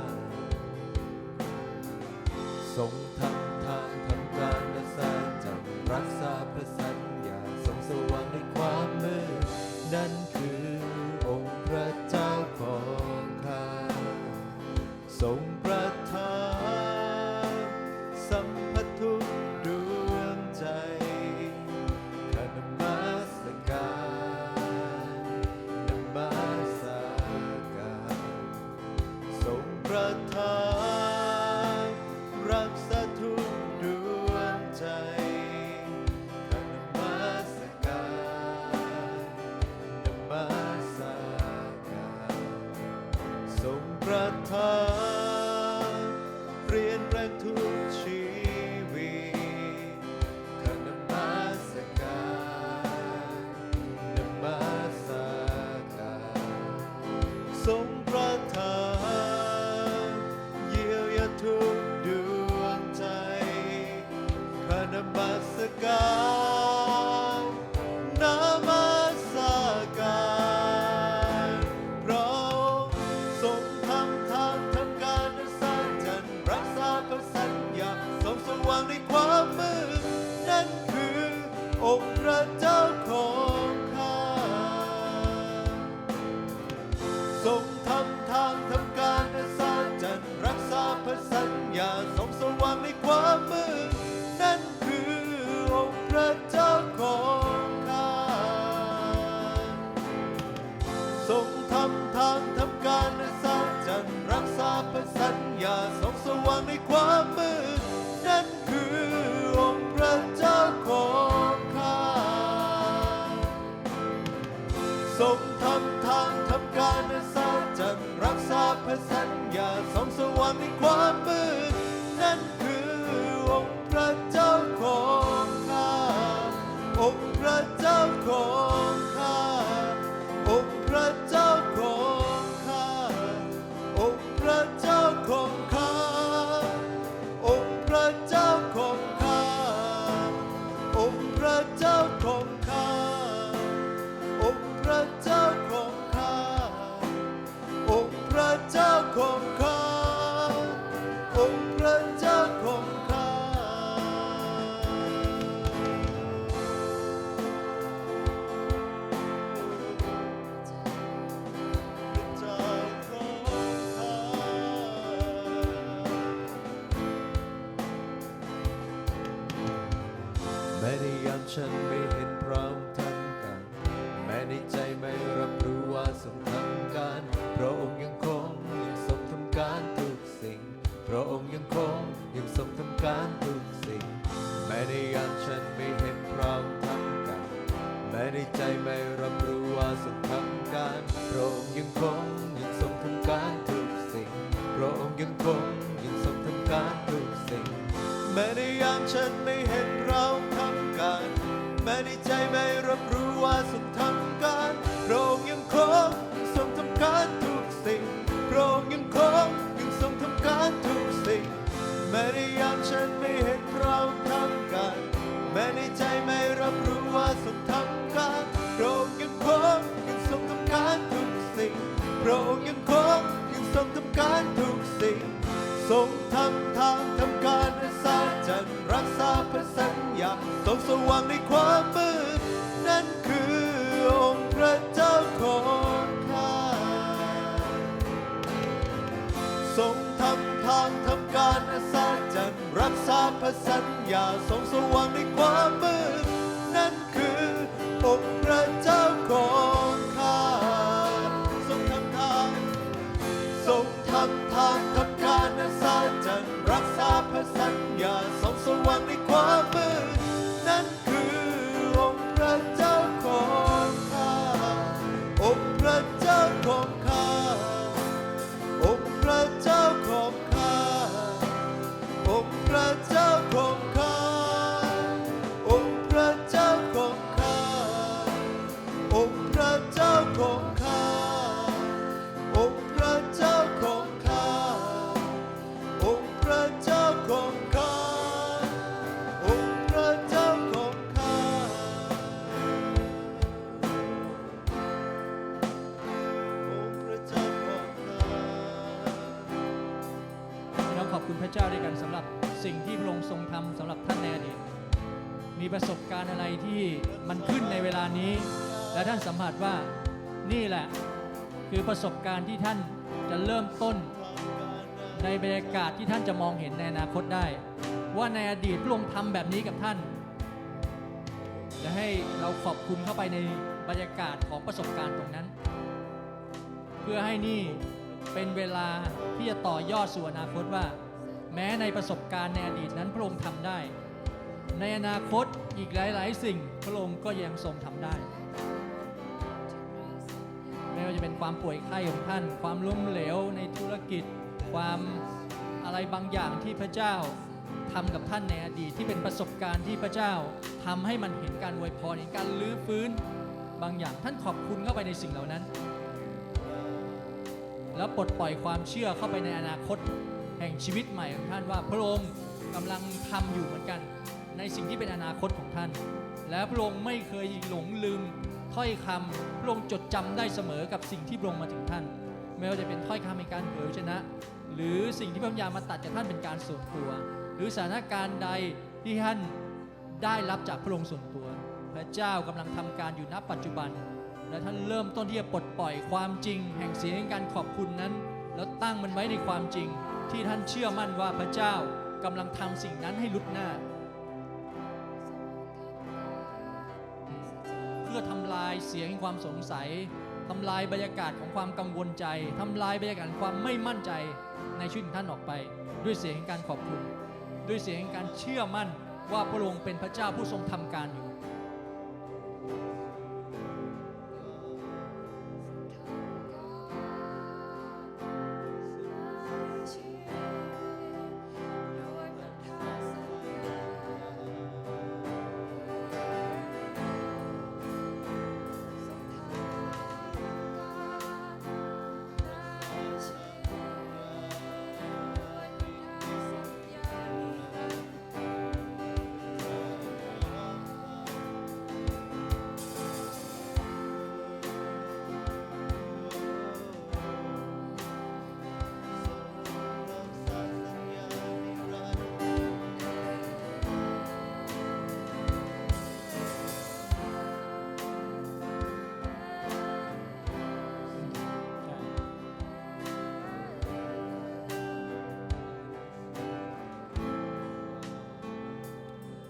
ทรงทำทางทำการอันแสนจะรักษาพระสัญญาทรงสว่างในความมืดนั่นคือองค์พระเจ้าของข้าทรงประทานสัมผัสทุกดวงใจข้านมัสการนมัสการทรงประทานรักษาทุกดวงใจข้านมัสการนมัสการทรงประทานเปลี่ยนแปลงทุกชีวิตข้านมัสการนมัสการทรงประทานเยียวยาทุกดวงใจข้านมัสการนมัสการเพราะทรงทำทางทำการอันแสนจะรักษาพระสัญญาทรงสว่างในความมืดนั่นคือองค์พระเจ้าของข้าทรงทำทางทำการอันแสนจะรักษาพระสัญญาทรงสว่างในความมืดนั่นคือองค์พระเจ้าของข้าทรงทำทางทำการอันแสนจะรักษาพระสัญญาทรงสว่างในความมืดนั่นคือองค์พระเจ้าของข้าทรงทำทางทำการอันแสนจะรักษาพระสัญญาทรงสว่างในความมืดนั่นคือองค์พระเจ้าของข้าองค์พระเจ้าของข้าองค์พระเจ้าของข้าองค์พระเจ้าของข้าองค์พระเจ้าขฉันไม่เห็นพระองค์ทำการแม้ในใจไม่รับรู้ว่าทรงทำการพระองค์ยังทรงทำการทุกสิ่งพระองค์ยังทรงทำการทุกสิ่งแม้ในยามฉันไม่เห็นพระองค์ทำการแม้ในใจไม่รับรู้ว่าทรงทำการพระองค์ยังทรงทำการทุกสิ่งพระองค์ยังทรงทำการทุกสิ่งแม้ในยามฉันไม่เห็นพระองค์ทำการแม้ในใจไม่รับรู้ว่าทรงทำการพระองค์ยังทรงทำการทุกสิ่งพระองค์ยังทรงทำการทุกสิ่งแม้ในยามฉันไม่เห็นพระองค์ทำการแม้ในใจไม่รับรู้ว่าทรงทำการพระองค์ยังทรงทำการทุกสิ่งพระองค์ยังทรงทำการทุกสิ่งทรงทำทางทำการอัศจรรย์รักษาพระสัญญาทรงสว่างในความมืดนั่นคือองค์พระเจ้าของข้าทรงทำทางทำการอัศจรรย์รักษาพระสัญญาทรงสว่างในความมืดนั่นคือองค์พระเจ้าของข้าทรงทำทางทำการอัศจรรย์รักษาพระสัญญาทรงสว่างในความมืดนั่นคือองค์พระเจ้าของข้าองค์พระเจ้าของข้าองค์พระเจ้าของข้าองค์พระเจ้าของข้าองค์พระเจ้าของข้าองค์พระเจ้าของข้าองค์พระเจ้าของข้าองค์พระเจ้าของข้าองค์พระเจ้าของข้าองค์พระเจ้าของข้าพี่น้องขอบคุณพระเจ้าด้วยกันสำหรับสิ่งที่พระองค์ทรงทำสำหรับท่านในอดีตมีประสบการณ์อะไรที่มันขึ้นในเวลานี้และท่านสัมผัสว่านี่แหละคือประสบการณ์ที่ท่านจะเริ่มต้นในบรรยากาศที่ท่านจะมองเห็นในอนาคตได้ว่าในอดีตพระองค์ทำแบบนี้กับท่านจะให้เราขอบคุณเข้าไปในบรรยากาศของประสบการณ์ตรงนั้นเพื่อให้นี่เป็นเวลาที่จะต่อยอดสู่อนาคตว่าแม้ในประสบการณ์ในอดีตนั้นพระองค์ทำได้ในอนาคตอีกหลายๆสิ่งพระองค์ก็ยังทรงทำได้ไม่ว่าจะเป็นความป่วยไข้ของท่านความล้มเหลวในธุรกิจความอะไรบางอย่างที่พระเจ้าทำกับท่านในอดีตที่เป็นประสบการณ์ที่พระเจ้าทำให้มันเห็นการอวยพรเห็นการลื้อฟื้นบางอย่างท่านขอบคุณเข้าไปในสิ่งเหล่านั้นแล้วปลดปล่อยความเชื่อเข้าไปในอนาคตแห่งชีวิตใหม่ของท่านว่าพระองค์กำลังทำอยู่เหมือนกันในสิ่งที่เป็นอนาคตของท่านและพระองค์ไม่เคยหลงลืมถ้อยคำพระองค์จดจำได้เสมอกับสิ่งที่พระองค์มาถึงท่านไม่ว่าจะเป็นถ้อยคำในการเผยชนะหรือสิ่งที่พระวิญญาณมาตัดจากท่านเป็นการส่วนตัวหรือสถานการณ์ใดที่ท่านได้รับจากพระองค์ส่วนตัวพระเจ้ากำลังทำการอยู่ณปัจจุบันและท่านเริ่มต้นที่จะปลดปล่อยความจริงแห่งเสียงแห่งการขอบคุณนั้นแล้วตั้งมันไว้ในความจริงที่ท่านเชื่อมั่นว่าพระเจ้ากำลังทำสิ่งนั้นให้ลุดหน้าเพื่อทำลายเสียงแห่งความสงสัยทำลายบรรยากาศของความกังวลใจทำลายบรรยากาศความไม่มั่นใจในชีวิตของท่านออกไปด้วยเสียงแห่งการขอบคุณด้วยเสียงแห่งการเชื่อมั่นว่าพระองค์เป็นพระเจ้าผู้ทรงทำการอยู่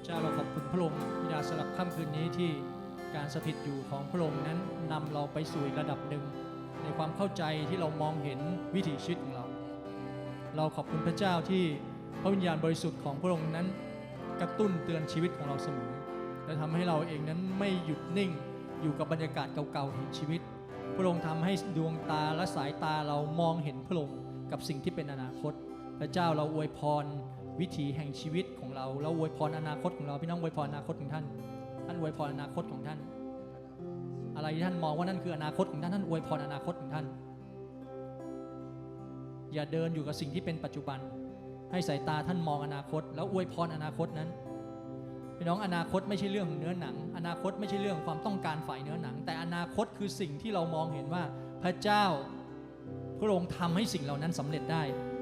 เจ้าเราขอบคุณพระองค์บิดาสำหรับค่ำคืนนี้ที่การสถิตอยู่ของพระองค์นั้นนำเราไปสู่อีกระดับหนึ่งในความเข้าใจที่เรามองเห็นวิถีชีวิตของเราเราขอบคุณพระเจ้าที่พระวิญญาณบริสุทธิ์ของพระองค์นั้นกระตุ้นเตือนชีวิตของเราเสมอและทำให้เราเองนั้นไม่หยุดนิ่งอยู่กับบรรยากาศเก่าๆแห่งชีวิตพระองค์ทำให้ดวงตาและสายตาเรามองเห็นพระองค์กับสิ่งที่เป็นอนาคตพระเจ้าเราอวยพรวิถีแห่งชีวิตของเราอวยพรอนาคตของเราพี่น้องอวยพรอนาคตของท่านอวยพรอนาคตของท่านอะไรที่ท่านมองว่านั่นคืออนาคตของท่านอวยพรอนาคตของท่านอย่าเดินอยู่กับสิ่งที่เป็นปัจจุบันให้สายตาท่านมองอนาคตแล้วอวยพรอนาคตนั้นพี่น้องอนาคตไม่ใช่เรื่องของเนื้อหนังอนาคตไม่ใช่เรื่องของความต้องการฝ่ายเนื้อหนังแต่อนาคตคือสิ่งที่เรามองเห็นว่าพระเจ้าพระองค์ทำให้สิ่งเหล่านั้นสำเร็จได้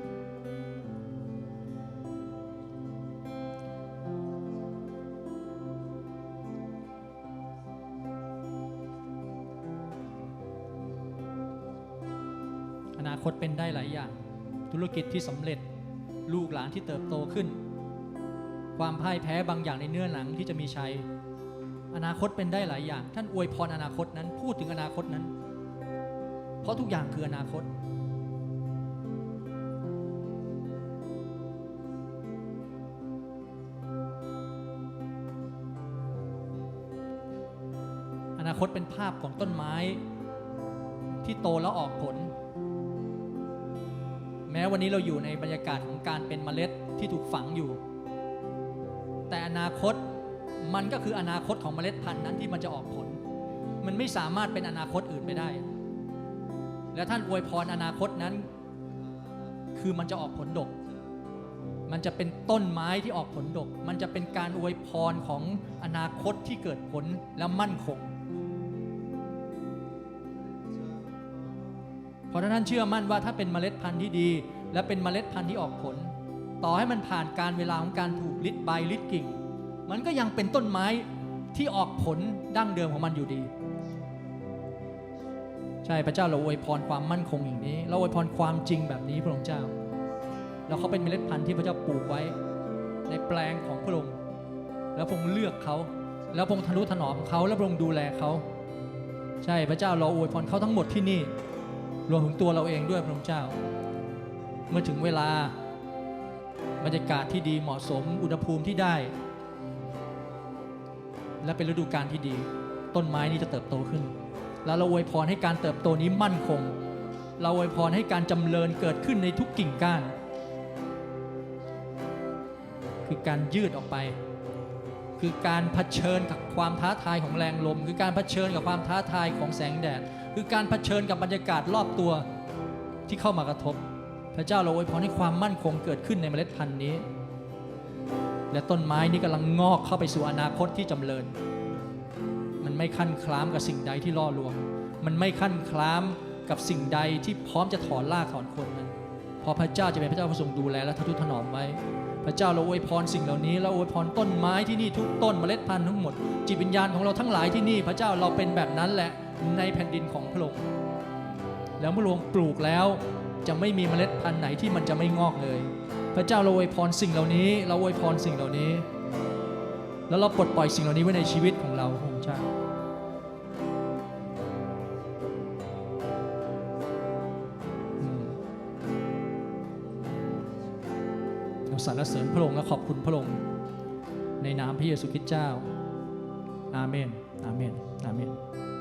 อนาคตเป็นได้หลายอย่างธุรกิจที่สำเร็จลูกหลานที่เติบโตขึ้นความพ่ายแพ้บางอย่างในเนื้อหนังที่จะมีชัยอนาคตเป็นได้หลายอย่างท่านอวยพรอนาคตนั้นพูดถึงอนาคตนั้นเพราะทุกอย่างคืออนาคตอนาคตเป็นภาพของต้นไม้ที่โตแล้วออกผลแม้วันนี้เราอยู่ในบรรยากาศของการเป็นเมล็ดที่ถูกฝังอยู่แต่อนาคตมันก็คืออนาคตของเมล็ดพันธุ์นั้นที่มันจะออกผลมันไม่สามารถเป็นอนาคตอื่นไปได้และท่านอวยพรอนาคตนั้นคือมันจะออกผลดกมันจะเป็นต้นไม้ที่ออกผลดกมันจะเป็นการอวยพรของอนาคตที่เกิดผลและมั่นคงเพราะท่านเชื่อมั่นว่าถ้าเป็นเมล็ดพันธุ์ที่ดีและเป็นเมล็ดพันธุ์ที่ออกผลต่อให้มันผ่านการเวลาของการถูกลิดใบลิดกิ่งมันก็ยังเป็นต้นไม้ที่ออกผลดั้งเดิมของมันอยู่ดีใช่พระเจ้าเราอวยพรความมั่นคงอย่างนี้เราอวยพรความจริงแบบนี้พระองค์เจ้าแล้วเขาเป็นเมล็ดพันธุ์ที่พระเจ้าปลูกไว้ในแปลงของพระองค์แล้วพระองค์เลือกเขาแล้วพระองค์ทนุถนอมเขาแล้วพระองค์ดูแลเขาใช่พระเจ้าเราอวยพรเขาทั้งหมดที่นี่รวมถึงตัวเราเองด้วยพระองค์เจ้าเมื่อถึงเวลาบรรยากาศที่ดีเหมาะสมอุณหภูมิที่ได้และเป็นฤดูกาลที่ดีต้นไม้นี้จะเติบโตขึ้นแล้วเราอวยพรให้การเติบโตนี้มั่นคงเราอวยพรให้การจำเริญเกิดขึ้นในทุกกิ่งก้านคือการยืดออกไปคือการเผชิญกับความท้าทายของแรงลมคือการเผชิญกับความท้าทายของแสงแดดคือการเผชิญกับบรรยากาศรอบตัวที่เข้ามากระทบพระเจ้าเราอวยพรให้ความมั่นคงเกิดขึ้นในเมล็ดพันธุ์นี้และต้นไม้นี้กำลังงอกเข้าไปสู่อนาคตที่จำเริญมันไม่คั่นคล้ามกับสิ่งใดที่ล่อลวงมันไม่คั่นคล้ามกับสิ่งใดที่พร้อมจะถอนรากถอนโคนมันเพราะพระเจ้าจะเป็นพระเจ้าผู้ทรงดูแลและทนุถนอมไว้พระเจ้าเราอวยพรสิ่งเหล่านี้เราอวยพรต้นไม้ที่นี่ทุกต้นเมล็ดพันธุ์ทั้งหมดจิตวิญญาณของเราทั้งหลายที่นี่พระเจ้าเราเป็นแบบนั้นแหละในแผ่นดินของพระองค์แล้วเมื่อพระองค์ปลูกแล้วจะไม่มีเมล็ดพันธุ์ไหนที่มันจะไม่งอกเลยพระเจ้าเราอวยพรสิ่งเหล่านี้เราอวยพรสิ่งเหล่านี้แล้วเราปลดปล่อยสิ่งเหล่านี้ไว้ในชีวิตของเราพระองค์เจ้าเราสรรเสริญพระองค์และขอบคุณพระองค์ในนามพระเยซูคริสต์เจ้าอาเมนอาเมนอาเมน